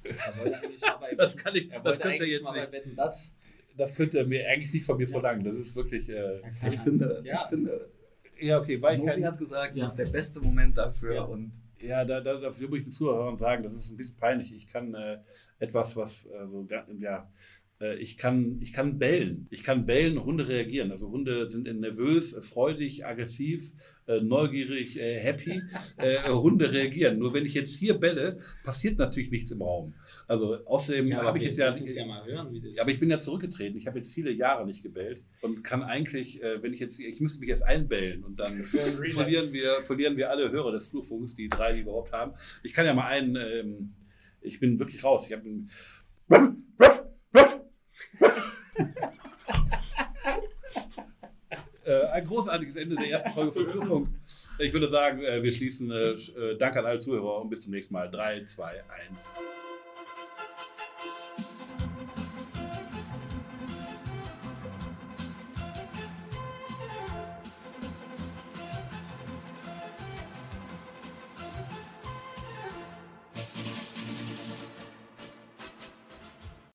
S2: Er wollte eigentlich mal bei
S1: Das kann ich,
S2: er
S1: das
S2: wollte
S1: könnt ihr
S2: eigentlich
S1: jetzt
S2: mal bei
S1: nicht.
S2: Wetten, das.
S1: Das könnt ihr mir eigentlich nicht von mir verlangen. Das ist wirklich.
S4: Ich finde,
S1: Ja, okay, weil ich
S4: Novi
S1: kein.
S4: hat gesagt,
S2: Ja.
S4: das ist der beste Moment dafür.
S2: Ja.
S4: Und
S1: Ja, dafür muss ich den Zuhörern sagen, das ist ein bisschen peinlich. Ich kann etwas, was, ich kann bellen. Ich kann bellen, Hunde reagieren. Also Hunde sind nervös, freudig, aggressiv, neugierig, happy. Hunde reagieren. Nur wenn ich jetzt hier belle, passiert natürlich nichts im Raum. Also außerdem
S2: Ja,
S1: habe ich jetzt ja...
S2: lass uns ja mal hören, wie das.
S1: Ja, aber ich bin ja zurückgetreten. Ich habe jetzt viele Jahre nicht gebellt und kann eigentlich, ich müsste mich jetzt einbellen und dann verlieren wir alle Hörer des Flurfunks, die 3, die wir überhaupt haben. Ich kann ja mal ich bin wirklich raus. Ich habe ein großartiges Ende der ersten Folge von Flurfunk. Ich würde sagen, wir schließen. Danke an alle Zuhörer und bis zum nächsten Mal. 3, 2, 1.